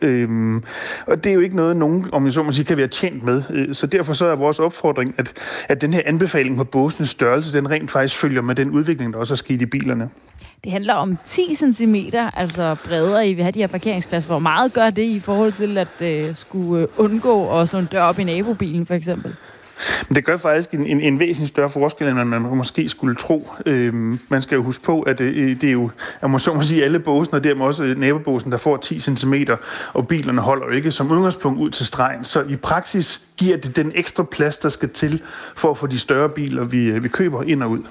Speaker 11: Og det er jo ikke noget, nogen, om jeg så må sige, kan være tjent med. Så derfor så er vores opfordring, at den her anbefaling på båsens størrelse, den rent faktisk følger med den udvikling, der også er sket i bilerne.
Speaker 2: Det handler om 10 cm, altså bredere. I vil have de her parkeringspladser. Hvor meget gør det i forhold til at skulle undgå at slå en dør op i nabobilen, for eksempel?
Speaker 11: Det gør faktisk en væsentlig større forskel, end man måske skulle tro. Man skal jo huske på, at det er jo, jeg må sige, alle båsen, og dermed også nabobåsen, der får 10 cm, og bilerne holder jo ikke som udgangspunkt ud til stregen. Så i praksis giver det den ekstra plads, der skal til for at få de større biler, vi køber ind og ud.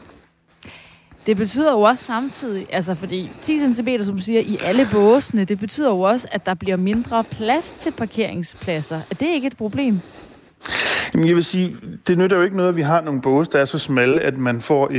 Speaker 2: Det betyder jo også samtidig, altså fordi 10 cm, som du siger, i alle båsene, det betyder jo også, at der bliver mindre plads til parkeringspladser. Er det ikke et problem?
Speaker 11: Jamen, jeg vil sige, det nytter jo ikke noget, at vi har nogle båse, der er så smalle, at man får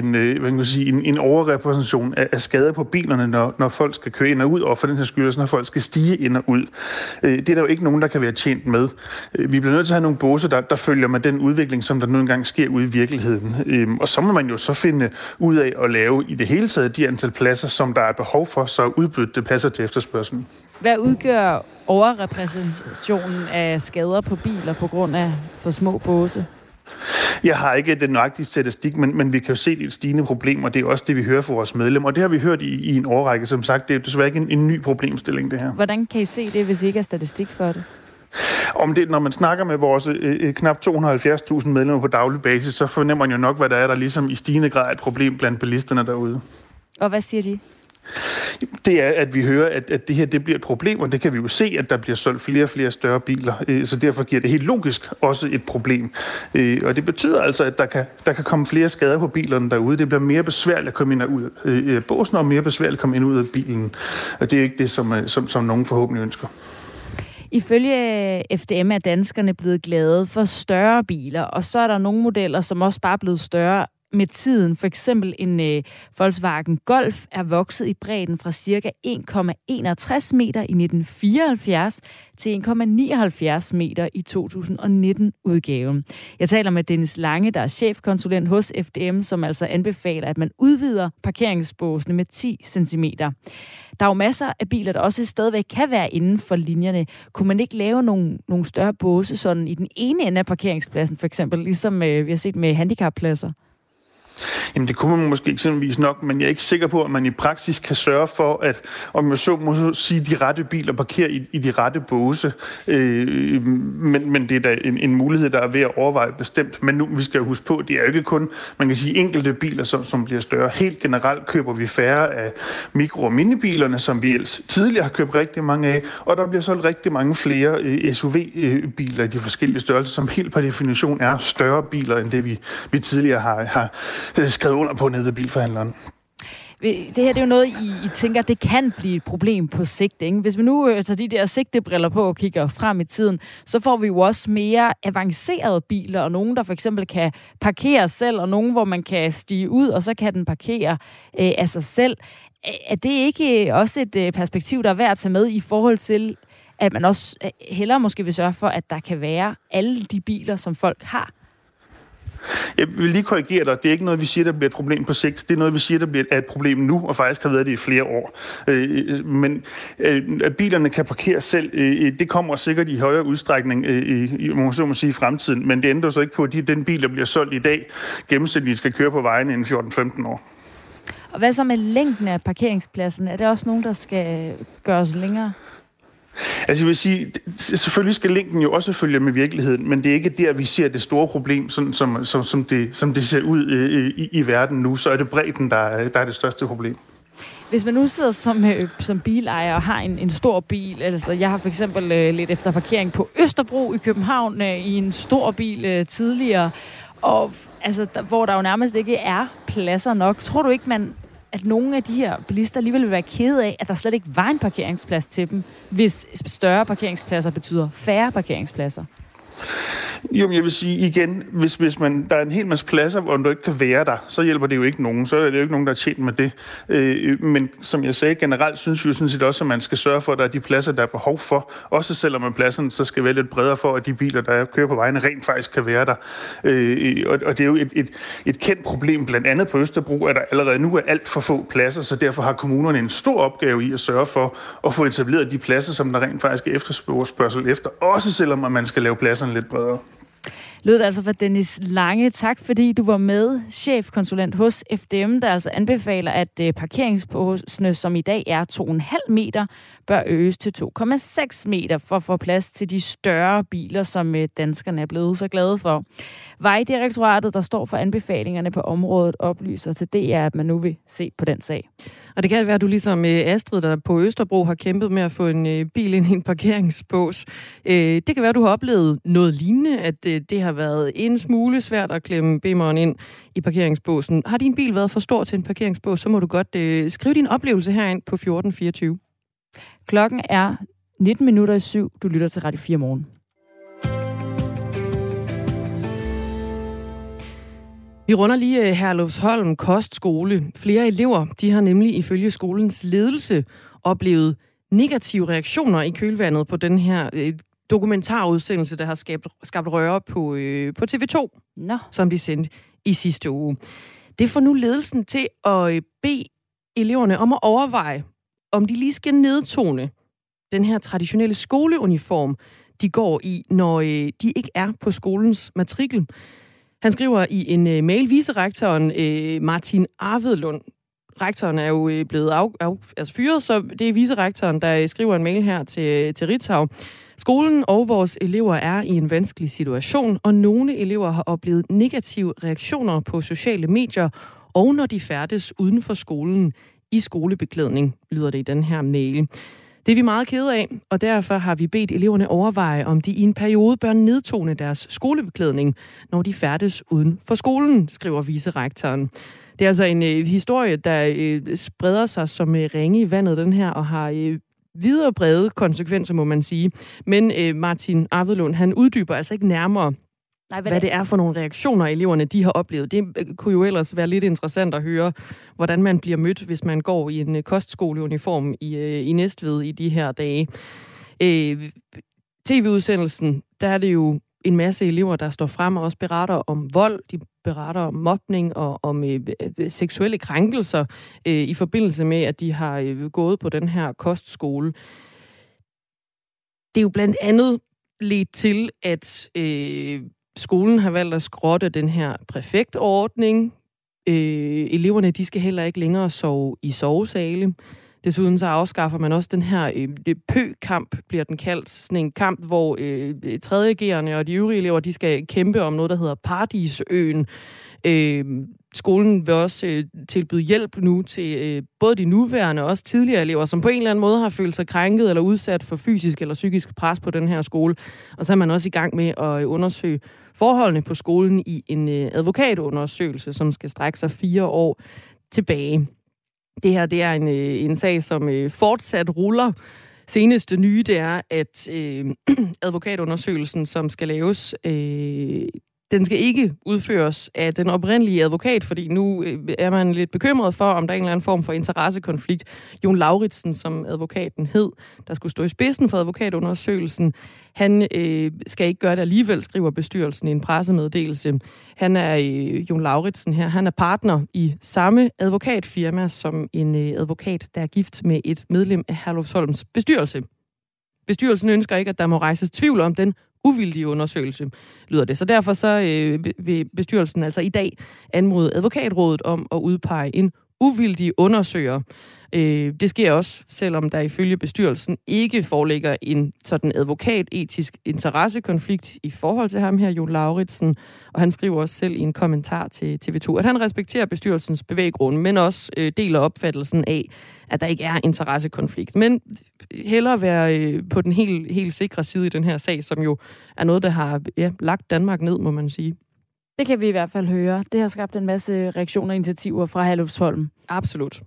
Speaker 11: en overrepræsentation af skader på bilerne, når folk skal køre ind og ud, og for den her skyld, når folk skal stige ind og ud. Det er der jo ikke nogen, der kan være tjent med. Vi bliver nødt til at have nogle båse, der følger med den udvikling, som der nu engang sker ude i virkeligheden. Og så må man jo så finde ud af at lave i det hele taget de antal pladser, som der er behov for, så udbytte det passer til efterspørgselen.
Speaker 2: Hvad udgør overrepræsentationen af skader på biler på grund af for små båse?
Speaker 11: Jeg har ikke den nøjagtige statistik, men vi kan jo se, det er et stigende problem, og det er også det, vi hører fra vores medlemmer. Og det har vi hørt i en årrække, som sagt. Det er desværre ikke en ny problemstilling, det her.
Speaker 2: Hvordan kan I se det, hvis I ikke har statistik for det?
Speaker 11: Om det, når man snakker med vores knap 270.000 medlemmer på daglig basis, så fornemmer man jo nok, hvad der ligesom i stigende grad er et problem blandt bilisterne derude.
Speaker 2: Og hvad siger de?
Speaker 11: Det er, at vi hører, at det her det bliver et problem, og det kan vi jo se, at der bliver solgt flere og flere større biler. Så derfor giver det helt logisk også et problem. Og det betyder altså, at der kan komme flere skader på bilerne derude. Det bliver mere besværligt at komme ind og ud af båsen, og mere besværligt at komme ind og ud af bilen. Og det er ikke det, som nogen forhåbentlig ønsker.
Speaker 2: Ifølge FDM er danskerne blevet glade for større biler, og så er der nogle modeller, som også bare er blevet større med tiden. For eksempel en Volkswagen Golf er vokset i bredden fra ca. 1,61 meter i 1974 til 1,79 meter i 2019-udgaven. Jeg taler med Dennis Lange, der er chefkonsulent hos FDM, som altså anbefaler, at man udvider parkeringsbåsene med 10 cm. Der er jo masser af biler, der også stadigvæk kan være inden for linjerne. Kunne man ikke lave nogle større båse sådan i den ene ende af parkeringspladsen, for eksempel, ligesom vi har set med handicappladser?
Speaker 11: Jamen det kunne man måske eksempelvis nok, men jeg er ikke sikker på, at man i praksis kan sørge for, at om jeg så må sige, de rette biler parkerer i de rette båse. Men det er da en mulighed, der er ved at overveje bestemt. Men nu, vi skal jo huske på, det er jo ikke kun, man kan sige, enkelte biler, som bliver større. Helt generelt køber vi færre af mikro- og minibilerne, som vi tidligere har købt rigtig mange af, og der bliver solgt rigtig mange flere SUV-biler i de forskellige størrelser, som helt per definition er større biler, end det vi tidligere har skrevet under på nede ved bilforhandleren.
Speaker 2: Det her det er jo noget, I tænker, det kan blive et problem på sigt, ikke? Hvis vi nu tager de der sigtebriller på og kigger frem i tiden, så får vi jo også mere avancerede biler, og nogen, der for eksempel kan parkere selv, og nogen, hvor man kan stige ud, og så kan den parkere af sig selv. Er det ikke også et perspektiv, der er værd at tage med i forhold til, at man også hellere måske vil sørge for, at der kan være alle de biler, som folk har?
Speaker 11: Jeg vil lige korrigere dig. Det er ikke noget, vi siger, der bliver et problem på sigt. Det er noget, vi siger, der bliver et problem nu, og faktisk har været det i flere år. Men at bilerne kan parkere selv, det kommer sikkert i højere udstrækning i fremtiden. Men det ændrer så ikke på, at den bil, der bliver solgt i dag, gennemsnitligt skal køre på vejene inden 14-15 år.
Speaker 2: Og hvad så med længden af parkeringspladsen? Er det også nogen, der skal gøres længere?
Speaker 11: Altså jeg vil sige, selvfølgelig skal længden jo også følge med virkeligheden, men det er ikke der, vi ser det store problem, sådan som det ser ud i verden nu. Så er det bredden, der er det største problem.
Speaker 2: Hvis man nu sidder som bilejer og har en stor bil, altså jeg har for eksempel lidt efter parkering på Østerbro i København i en stor bil tidligere, Og altså, hvor der jo nærmest ikke er pladser nok. Tror du ikke, at nogle af de her bilister alligevel vil være kede af, at der slet ikke var en parkeringsplads til dem, hvis større parkeringspladser betyder færre parkeringspladser?
Speaker 11: Jo, men jeg vil sige igen, hvis der er en hel masse pladser, hvor du ikke kan være der, så hjælper det jo ikke nogen. Så er det jo ikke nogen, der er tjent med det. Men som jeg sagde, generelt synes vi jo sådan set også, at man skal sørge for, at der er de pladser, der er behov for. Også selvom pladserne så skal være lidt bredere for, at de biler, der kører på vejene, rent faktisk kan være der. Og det er jo et kendt problem, blandt andet på Østerbro, at der allerede nu er alt for få pladser, så derfor har kommunerne en stor opgave i at sørge for at få etableret de pladser, som der rent faktisk er efterspørgsel efter, også selvom man skal lave pladserne lidt bredere.
Speaker 2: Lød det altså fra Dennis Lange. Tak fordi du var med, chefkonsulent hos FDM, der altså anbefaler, at parkeringsposene, som i dag er 2,5 meter, bør øges til 2,6 meter for at få plads til de større biler, som danskerne er blevet så glade for. Vejdirektoratet, der står for anbefalingerne på området, oplyser til DR, at man nu vil se på den sag.
Speaker 1: Og det kan være, at du ligesom Astrid, der på Østerbro har kæmpet med at få en bil ind i en parkeringsbås. Det kan være, at du har oplevet noget lignende, at det har været en smule svært at klemme bimeren ind i parkeringsbåsen. Har din bil været for stor til en parkeringsbås, så må du godt skrive din oplevelse herind på 1424.
Speaker 2: Klokken er 19:07. Du lytter til Radio 4 Morgen.
Speaker 1: Vi runder lige Herlufsholm Kostskole. Flere elever, de har nemlig ifølge skolens ledelse oplevet negative reaktioner i kølvandet på den her dokumentarudsendelse, der har skabt røre på TV2, som de sendte i sidste uge. Det får nu ledelsen til at bede eleverne om at overveje, om de lige skal nedtone den her traditionelle skoleuniform, de går i, når de ikke er på skolens matrikel. Han skriver i en mail, vicerektoren Martin Arvedlund. Rektoren er jo blevet fyret, så det er vicerektoren, der skriver en mail her til Ritzau. Skolen og vores elever er i en vanskelig situation, og nogle elever har oplevet negative reaktioner på sociale medier, og når de færdes uden for skolen i skolebeklædning, lyder det i den her mail. Det er vi meget kede af, og derfor har vi bedt eleverne overveje, om de i en periode bør nedtone deres skolebeklædning, når de færdes uden for skolen, skriver vicerektoren. Det er altså en historie, der spreder sig som ringe i vandet, den her, og har videre brede konsekvenser, må man sige. Men Martin Arvedlund, han uddyber altså ikke nærmere, hvad det er for nogle reaktioner, eleverne de har oplevet. Det kunne jo ellers være lidt interessant at høre, hvordan man bliver mødt, hvis man går i en kostskoleuniform i Næstved i de her dage. TV-udsendelsen, der er det jo en masse elever, der står frem og også beretter om vold, de beretter om mobning og om seksuelle krænkelser i forbindelse med, at de har gået på den her kostskole. Det er jo blandt andet ledt til, at skolen har valgt at skrotte den her præfektordning. Eleverne, de skal heller ikke længere sove i sovesale. Desuden så afskaffer man også den her pø-kamp, bliver den kaldt. Sådan en kamp, hvor 3.G'erne og de øvrige elever, de skal kæmpe om noget, der hedder Paradisøen. Skolen vil også tilbyde hjælp nu til både de nuværende og også tidligere elever, som på en eller anden måde har følt sig krænket eller udsat for fysisk eller psykisk pres på den her skole. Og så er man også i gang med at undersøge forholdene på skolen i en advokatundersøgelse, som skal strække sig 4 år tilbage. Det her, det er en sag, som fortsat ruller. Seneste nye, det er, at advokatundersøgelsen, som skal laves, den skal ikke udføres af den oprindelige advokat, fordi nu er man lidt bekymret for, om der er en eller anden form for interessekonflikt. Jon Lauritsen, som advokaten hed, der skulle stå i spidsen for advokatundersøgelsen, han skal ikke gøre det alligevel, skriver bestyrelsen i en pressemeddelelse. Han er, Jon Lauritsen her, han er partner i samme advokatfirma som en advokat, der er gift med et medlem af Herlufsholms bestyrelse. Bestyrelsen ønsker ikke, at der må rejses tvivl om den uvildige undersøgelse, lyder det. Så derfor så vil bestyrelsen altså i dag anmode advokatrådet om at udpege en uvildig undersøger. Det sker også, selvom der ifølge bestyrelsen ikke foreligger en sådan advokatetisk interessekonflikt i forhold til ham her, Jon Lauritsen. Og han skriver også selv i en kommentar til TV2, at han respekterer bestyrelsens bevæggrund, men også deler opfattelsen af, at der ikke er interessekonflikt. Men hellere være på den helt sikre side i den her sag, som jo er noget, der har lagt Danmark ned, må man sige.
Speaker 2: Det kan vi i hvert fald høre. Det har skabt en masse reaktioner og initiativer fra Herlufsholm.
Speaker 1: Absolut.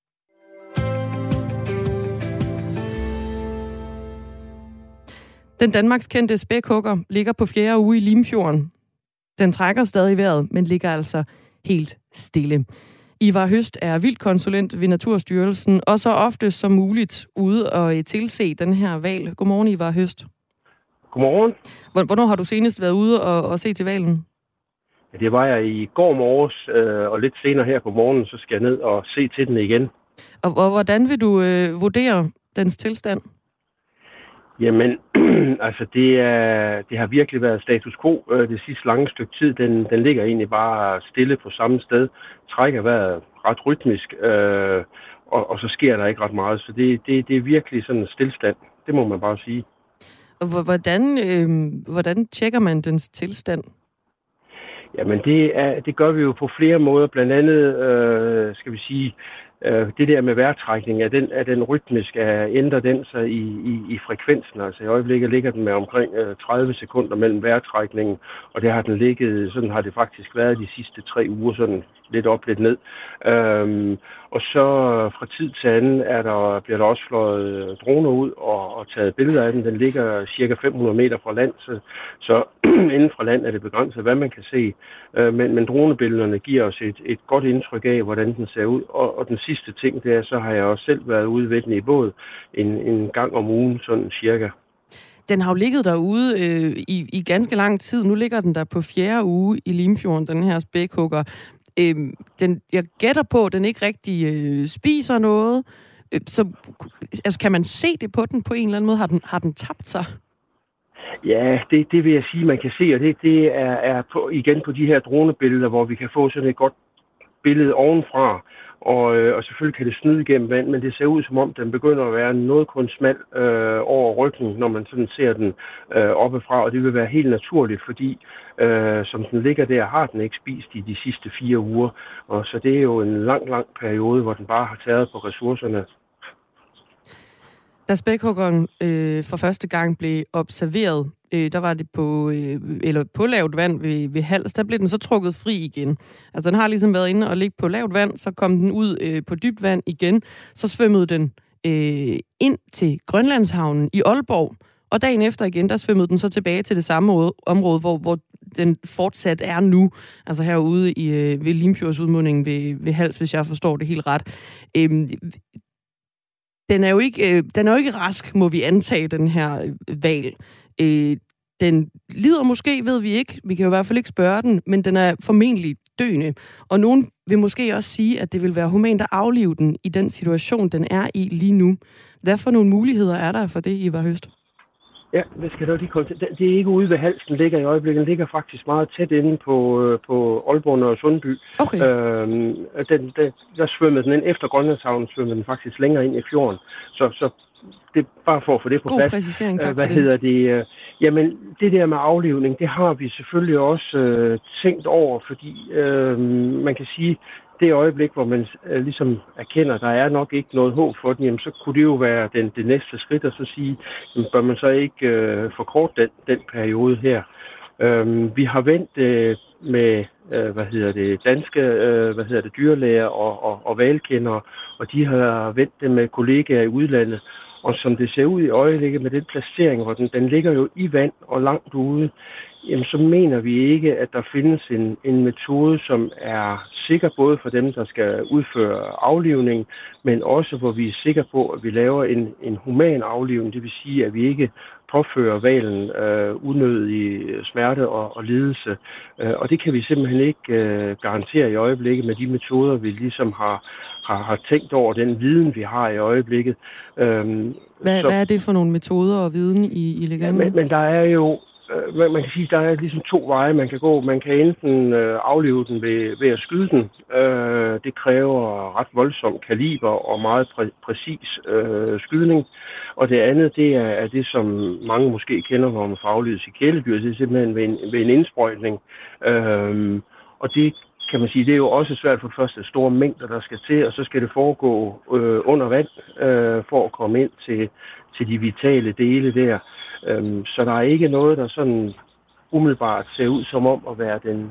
Speaker 1: Den Danmarks kendte spækhugger ligger på 4. uge i Limfjorden. Den trækker stadig vejret, men ligger altså helt stille. Ivar Høst er vildkonsulent ved Naturstyrelsen, og så ofte som muligt ude og tilse den her hval. Godmorgen, Ivar Høst.
Speaker 12: Godmorgen.
Speaker 1: Hvornår har du senest været ude og se til hvalen?
Speaker 12: Ja, det var jeg i går morges, og lidt senere her på morgenen, så skal jeg ned og se til den igen.
Speaker 1: Og hvordan vil du vurdere dens tilstand?
Speaker 12: Jamen, altså det har virkelig været status quo det sidste lange stykke tid. Den ligger egentlig bare stille på samme sted. Trækker vejret ret rytmisk, og så sker der ikke ret meget. Så det er virkelig sådan en stillstand. Det må man bare sige.
Speaker 1: Og hvordan tjekker man dens tilstand?
Speaker 12: Jamen, det gør vi jo på flere måder. Blandt andet, skal vi sige, det der med vejrtrækning, er den rytmisk, ændrer den sig i frekvensen. Altså i øjeblikket ligger den med omkring 30 sekunder mellem vejrtrækningen, og det har den ligget, sådan har det faktisk været de sidste 3 uger, sådan lidt op, lidt ned. Og så fra tid til anden bliver der også fløjet droner ud og taget billeder af den. Den ligger cirka 500 meter fra land, så inden fra land er det begrænset, hvad man kan se. Men dronebillederne giver os et godt indtryk af, hvordan den ser ud. Og den sidste ting, det er, så har jeg også selv været ude ved den i båd en gang om ugen, sådan cirka.
Speaker 1: Den har jo ligget derude i ganske lang tid. Nu ligger den der på 4. uge i Limfjorden, den her spækhugger. Jeg gætter på, at den ikke rigtig spiser noget. Så altså, kan man se det på den på en eller anden måde? Har den tabt sig?
Speaker 12: Ja, det vil jeg sige, man kan se, og det er igen på de her dronebilleder, hvor vi kan få sådan et godt billede ovenfra. Og selvfølgelig kan det snyde igennem vand, men det ser ud som om, den begynder at være noget kun smal over ryggen, når man sådan ser den oppefra. Og det vil være helt naturligt, fordi som den ligger der, har den ikke spist i de sidste 4 uger. Og så det er jo en lang periode, hvor den bare har taget på ressourcerne.
Speaker 1: Da spækhuggeren for første gang blev observeret, der var det på lavt vand ved Hals, der blev den så trukket fri igen. Altså den har ligesom været inde og ligge på lavt vand, så kom den ud på dybt vand igen, så svømmede den ind til Grønlandshavnen i Aalborg, og dagen efter igen, der svømmede den så tilbage til det samme område, hvor den fortsat er nu, altså herude ved Limfjordsudmundingen ved Hals, hvis jeg forstår det helt ret. Den er jo ikke rask, må vi antage, den her hval. Den lider måske, ved vi ikke. Vi kan jo i hvert fald ikke spørge den, men den er formentlig døende. Og nogen vil måske også sige, at det vil være humant at aflive den i den situation, den er i lige nu. Hvad for nogle muligheder er der for det, Ivar Høst?
Speaker 12: Ja, det skal du lige komme til. Det er ikke ude ved Hals, den ligger i øjeblikket. Den ligger faktisk meget tæt inde på Aalborg og Sundby. Okay. Der svømmede den ind. Efter Grønlandshavnen svømmede den faktisk længere ind i fjorden. Så det er bare for at få det på plads.
Speaker 1: God præcisering, tak for det.
Speaker 12: Jamen, det der med aflivning, det har vi selvfølgelig også tænkt over, fordi man kan sige, det øjeblik, hvor man ligesom erkender, at der er nok ikke noget håb for den, jamen, så kunne det jo være det næste skridt, og så sige, jamen, bør man så ikke forkorte den periode her. Vi har vendt med danske dyrlæger og hvalkendere, og de har vendt det med kollegaer i udlandet. Og som det ser ud i øjeblikket med den placering, hvor den ligger jo i vand og langt ude, jamen, så mener vi ikke, at der findes en metode, som er sikker både for dem, der skal udføre aflivning, men også hvor vi er sikre på, at vi laver en human aflivning. Det vil sige, at vi ikke påfører hvalen unødig smerte og lidelse. Og det kan vi simpelthen ikke garantere i øjeblikket med de metoder, vi ligesom har tænkt over, den viden, vi har i øjeblikket.
Speaker 1: Hvad er det for nogle metoder og viden, I lægger med?
Speaker 12: Men der er jo, man kan sige, der er ligesom 2 veje, man kan gå. Man kan enten aflive den ved at skyde den. Det kræver ret voldsom kaliber og meget præcis skydning. Og det andet, det er det, som mange måske kender, hvor man får aflivet sit kæledyr. Det er simpelthen ved en indsprøjtning. Og det kan man sige, det er jo også svært for første store mængder, der skal til, og så skal det foregå under vand for at komme ind til de vitale dele der. Så der er ikke noget, der sådan umiddelbart ser ud som om at være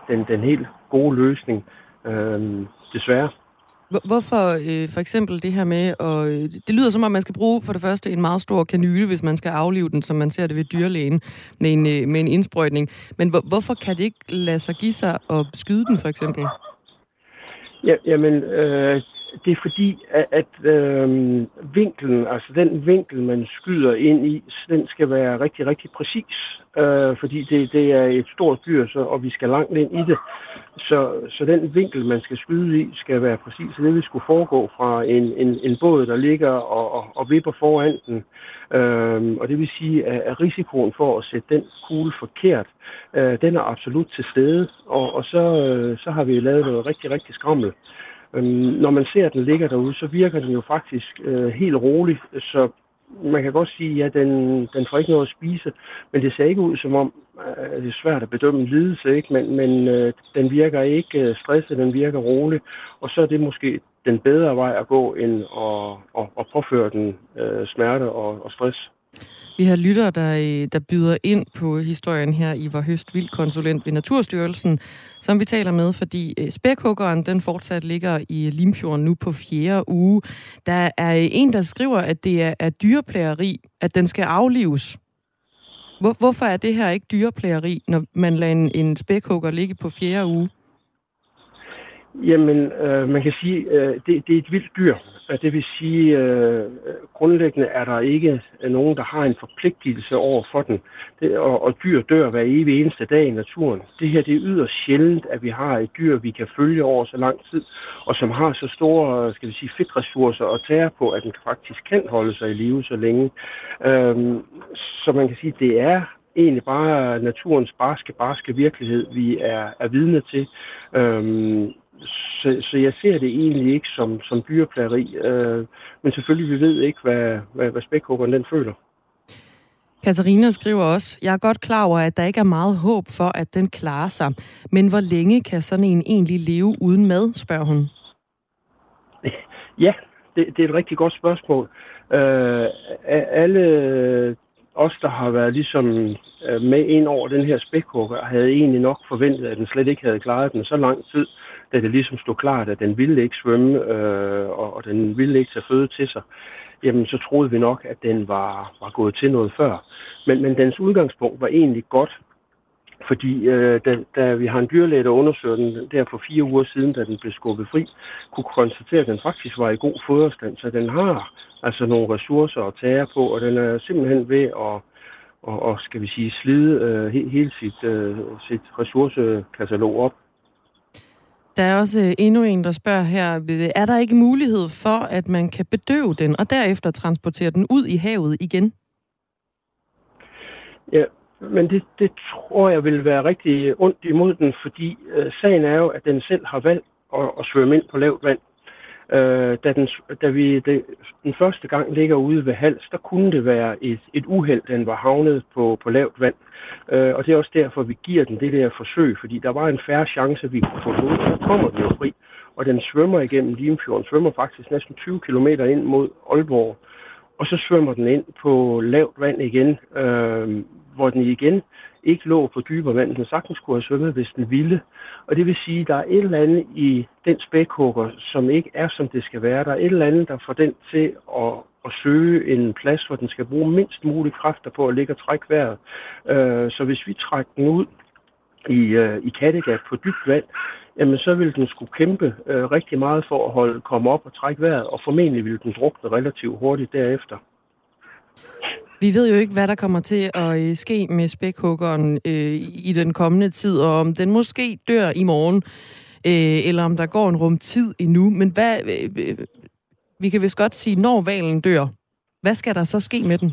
Speaker 12: den helt gode løsning, desværre.
Speaker 1: Hvorfor for eksempel det her med, det lyder som om, man skal bruge for det første en meget stor kanyle, hvis man skal aflive den, som man ser det ved dyrlægen, med en indsprøjtning. Men hvorfor kan det ikke lade sig give sig at skyde den, for eksempel?
Speaker 12: Jamen, det er fordi, at vinklen, altså den vinkel, man skyder ind i, den skal være rigtig, rigtig præcis. Fordi det er et stort dyr, og vi skal langt ind i det. Så den vinkel, man skal skyde i, skal være præcis. Så det vil skulle foregå fra en båd, der ligger og vipper foran den. Og det vil sige, at risikoen for at sætte den kugle forkert, den er absolut til stede. Og så har vi lavet noget rigtig, rigtig skrammel. Når man ser, at den ligger derude, så virker den jo faktisk helt rolig. Så man kan godt sige, at den får ikke noget at spise, men det ser ikke ud som om, det er svært at bedømme en lidelse, ikke? Men den virker ikke stresset, den virker rolig, og så er det måske den bedre vej at gå, end at påføre den smerte og stress.
Speaker 1: Vi har lyttere, der byder ind på historien her. Ivar Høst, vildkonsulent ved Naturstyrelsen, som vi taler med, fordi spækhuggeren, den fortsat ligger i Limfjorden nu på 4. uge. Der er en, der skriver, at det er dyreplageri, at den skal aflives. Hvorfor er det her ikke dyreplageri, når man lader en spækhugger ligge på 4. uge?
Speaker 12: Jamen, man kan sige, det er et vildt dyr. Det vil sige, grundlæggende er der ikke nogen, der har en forpligtelse over for den. Og dyr dør hver evig eneste dag i naturen. Det her, det er yderst sjældent, at vi har et dyr, vi kan følge over så lang tid, og som har så store, skal vi sige, fedtressourcer at tære på, at den faktisk kan holde sig i live så længe. Så man kan sige, det er egentlig bare naturens barske virkelighed, vi er vidne til. Så jeg ser det egentlig ikke som dyreplageri, men selvfølgelig vi ved ikke, hvad spækhuggeren den føler.
Speaker 1: Katarina skriver også, jeg er godt klar over, at der ikke er meget håb for, at den klarer sig. Men hvor længe kan sådan en egentlig leve uden mad, spørger hun.
Speaker 12: Ja, det er et rigtig godt spørgsmål. Alle os, der har været ligesom med ind over den her spækhugger, havde egentlig nok forventet, at den slet ikke havde klaret den så lang tid, da det ligesom stod klart, at den ville ikke svømme, og den ville ikke tage føde til sig. Jamen, så troede vi nok, at den var gået til noget før. Men dens udgangspunkt var egentlig godt, fordi da vi har en dyrlæge, der undersøger den der for 4 uger siden, da den blev skubbet fri, kunne konstatere, at den faktisk var i god foderstand, så den har altså nogle ressourcer at tære på, og den er simpelthen ved at skal vi sige, slide hele sit ressourcekatalog op.
Speaker 1: Der er også endnu en, der spørger her, er der ikke mulighed for, at man kan bedøve den, og derefter transportere den ud i havet igen?
Speaker 12: Ja, men det tror jeg vil være rigtig ondt imod den, fordi sagen er jo, at den selv har valgt at svømme ind på lavt vand. Da vi den første gang ligger ude ved Hals, der kunne det være et uheld, den var havnet på lavt vand. Og det er også derfor, vi giver den det der forsøg, fordi der var en færre chance, vi kunne få den ud. Så kommer den jo fri, og den svømmer igennem Limfjorden, svømmer faktisk næsten 20 kilometer ind mod Aalborg. Og så svømmer den ind på lavt vand igen, hvor den igen ikke lå på dybere vand. Den sagtens kunne have svømmet, hvis den ville. Og det vil sige, at der er et eller andet i den spækhugger, som ikke er, som det skal være. Der er et eller andet, der får den til at søge en plads, hvor den skal bruge mindst muligt kræfter på at ligge og trække vejret. Så hvis vi trækker den ud i Kattegat på dybt vand, jamen så vil den skulle kæmpe rigtig meget for at komme op og trække vejret, og formentlig vil den drukne relativt hurtigt derefter.
Speaker 1: Vi ved jo ikke, hvad der kommer til at ske med spækhuggeren i den kommende tid, og om den måske dør i morgen, eller om der går en rum tid endnu. Men vi kan vist godt sige, når hvalen dør, hvad skal der så ske med den?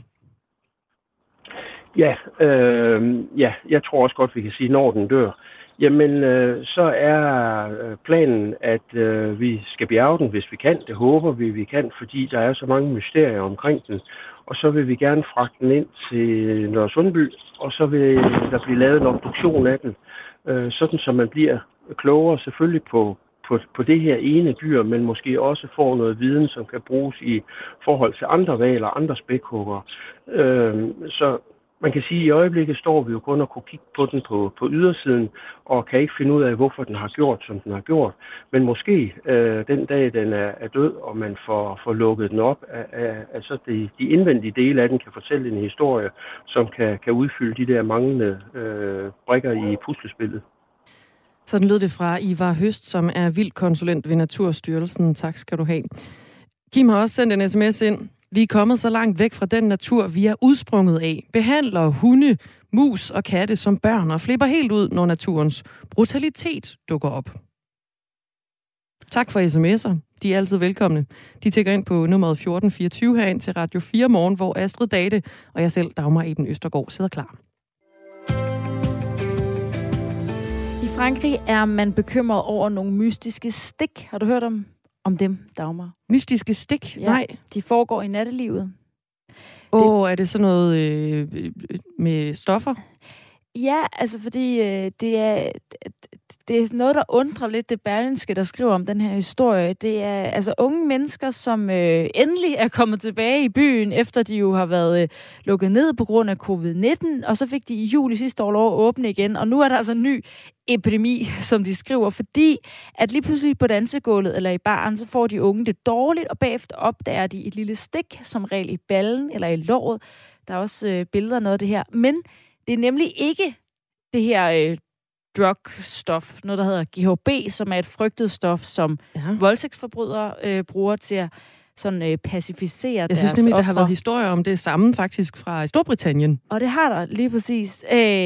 Speaker 12: Ja, jeg tror også godt, vi kan sige, når den dør. Jamen, så er planen, at vi skal bjerge den, hvis vi kan. Det håber vi kan, fordi der er så mange mysterier omkring den. Og så vil vi gerne fragte den ind til Nørresundby, og så vil der blive lavet en obduktion af den, sådan så man bliver klogere selvfølgelig på det her ene dyr, men måske også får noget viden, som kan bruges i forhold til andre hvaler, andre spækhuggere. Så man kan sige, at i øjeblikket står vi jo kun og kunne kigge på den på ydersiden, og kan ikke finde ud af, hvorfor den har gjort, som den har gjort. Men måske den dag, den er død, og man får lukket den op, så de indvendige dele af den kan fortælle en historie, som kan udfylde de der manglende brikker i puslespillet.
Speaker 1: Sådan lød det fra Ivar Høst, som er vildkonsulent ved Naturstyrelsen. Tak skal du have. Kim har også sendt en sms ind. Vi er kommet så langt væk fra den natur, vi er udsprunget af. Behandler hunde, mus og katte som børn og flipper helt ud, når naturens brutalitet dukker op. Tak for sms'er. De er altid velkomne. De tækker ind på nummeret 1424 herind til Radio 4 Morgen, hvor Astrid Date og jeg selv, Dagmar Eben Østergaard, sidder klar.
Speaker 2: I Frankrig er man bekymret over nogle mystiske stik. Har du hørt om dem, Dagmar?
Speaker 1: Mystiske stik?
Speaker 2: Ja, nej. De foregår i nattelivet.
Speaker 1: Er det sådan noget med stoffer?
Speaker 2: Ja, altså fordi det er noget, der undrer lidt det Berlingske, der skriver om den her historie. Det er altså unge mennesker, som endelig er kommet tilbage i byen, efter de jo har været lukket ned på grund af covid-19, og så fik de i juli sidste år lov at åbne igen, og nu er der altså en ny epidemi, som de skriver, fordi at lige pludselig på dansegulvet eller i baren, så får de unge det dårligt, og bagefter opdager de et lille stik, som regel i ballen eller i låret. Der er også billeder af noget af det her, men det er nemlig ikke det her drugstof, noget der hedder GHB, som er et frygtet stof, som voldtægtsforbrydere bruger til at sådan pacificere deres offer.
Speaker 1: Jeg synes nemlig, der har været historier om det samme faktisk fra Storbritannien.
Speaker 2: Og det har der lige præcis.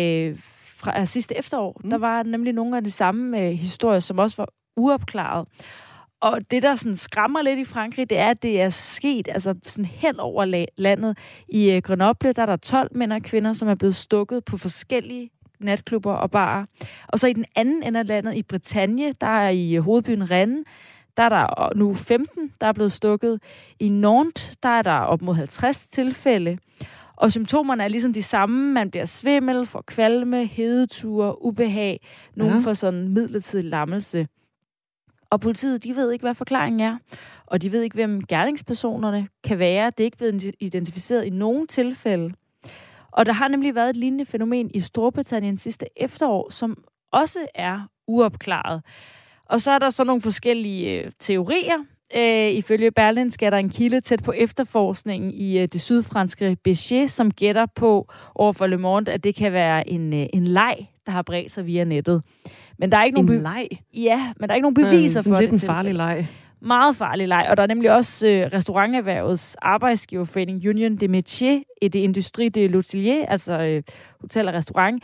Speaker 2: Fra sidste efterår, der var nemlig nogle af de samme historier, som også var uopklaret. Og det, der sådan skræmmer lidt i Frankrig, det er, at det er sket altså sådan hen over landet. I Grenoble, der er der 12 mænd og kvinder, som er blevet stukket på forskellige natklubber og barer. Og så i den anden ende af landet, i Bretagne, der er i hovedbyen Rennes, der er der nu 15, der er blevet stukket. I Nantes, der er der op mod 50 tilfælde. Og symptomerne er ligesom de samme. Man bliver svimmel, får kvalme, hedeture, ubehag. Nogen får sådan midlertidig lammelse. Og politiet, de ved ikke, hvad forklaringen er. Og de ved ikke, hvem gerningspersonerne kan være. Det er ikke blevet identificeret i nogen tilfælde. Og der har nemlig været et lignende fænomen i Storbritannien sidste efterår, som også er uopklaret. Og så er der så nogle forskellige teorier. Ifølge Berlingske er der en kilde tæt på efterforskningen i det sydfranske Béziers, som gætter på overfor Le Monde, at det kan være en leg, der har bredt sig via nettet. Men der er ikke nogen
Speaker 1: leg?
Speaker 2: Ja, men der er ikke nogen beviser for det.
Speaker 1: Det er lidt en farlig leg.
Speaker 2: Meget farlig leg, og der er nemlig også restauranterhvervets arbejdsgiverforening Union des Métiers et Industrie de l'Hôtellerie, altså hotel og restaurant.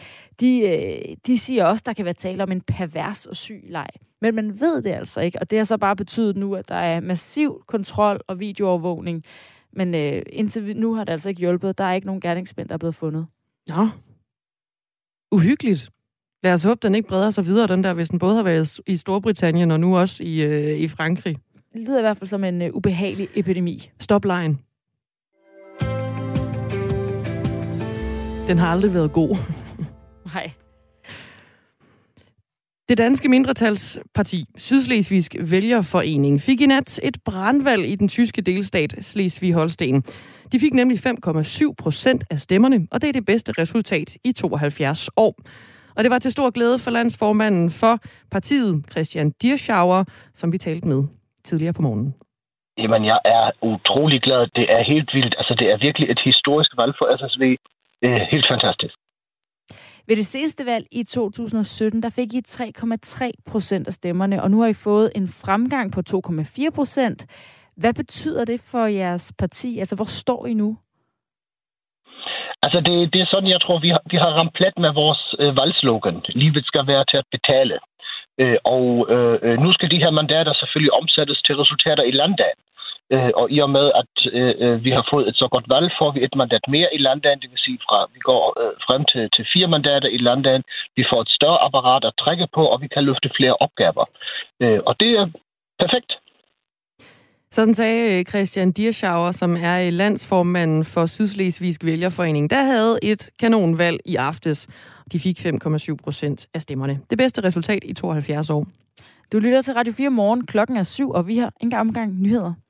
Speaker 2: De siger også, der kan være tale om en pervers og syg leg. Men man ved det altså ikke, og det har så bare betydet nu, at der er massiv kontrol og videoovervågning. Men indtil nu har det altså ikke hjulpet. Der er ikke nogen gerningsmænd, der er blevet fundet.
Speaker 1: Nå. Uhyggeligt. Lad os håbe, den ikke breder sig videre, den der, hvis den både har været i Storbritannien og nu også i Frankrig.
Speaker 2: Det lyder i hvert fald som en ubehagelig epidemi.
Speaker 1: Stop lejen. Den har aldrig været god.
Speaker 2: Nej.
Speaker 1: Det danske mindretalsparti, Sydslesvigsk Vælgerforening, fik i nat et brandvalg i den tyske delstat Slesvig-Holsten. De fik nemlig 5,7% af stemmerne, og det er det bedste resultat i 72 år. Og det var til stor glæde for landsformanden for partiet, Christian Dirschauer, som vi talte med tidligere på morgenen.
Speaker 3: Jamen, jeg er utrolig glad. Det er helt vildt. Altså, det er virkelig et historisk valg for SSV. Helt fantastisk.
Speaker 2: Ved det seneste valg i 2017, der fik I 3,3% af stemmerne, og nu har I fået en fremgang på 2,4%. Hvad betyder det for jeres parti? Altså, hvor står I nu?
Speaker 3: Altså, det er sådan, jeg tror, vi har ramt plet med vores valgslogan. Livet skal være til at betale. Nu skal de her mandater selvfølgelig omsættes til resultater i landdagen. Og i og med, at vi har fået et så godt valg, får vi et mandat mere i landdagen. Det vil sige, vi går frem til 4 mandater i landdagen. Vi får et større apparat at trække på, og vi kan løfte flere opgaver. Og det er perfekt.
Speaker 1: Sådan sagde Christian Dirschauer, som er landsformanden for Sydslesvigsk Vælgerforening, der havde et kanonvalg i aftes. De fik 5,7% af stemmerne. Det bedste resultat i 72 år.
Speaker 2: Du lytter til Radio 4 Morgen. Klokken er 7, og vi har en omgang nyheder.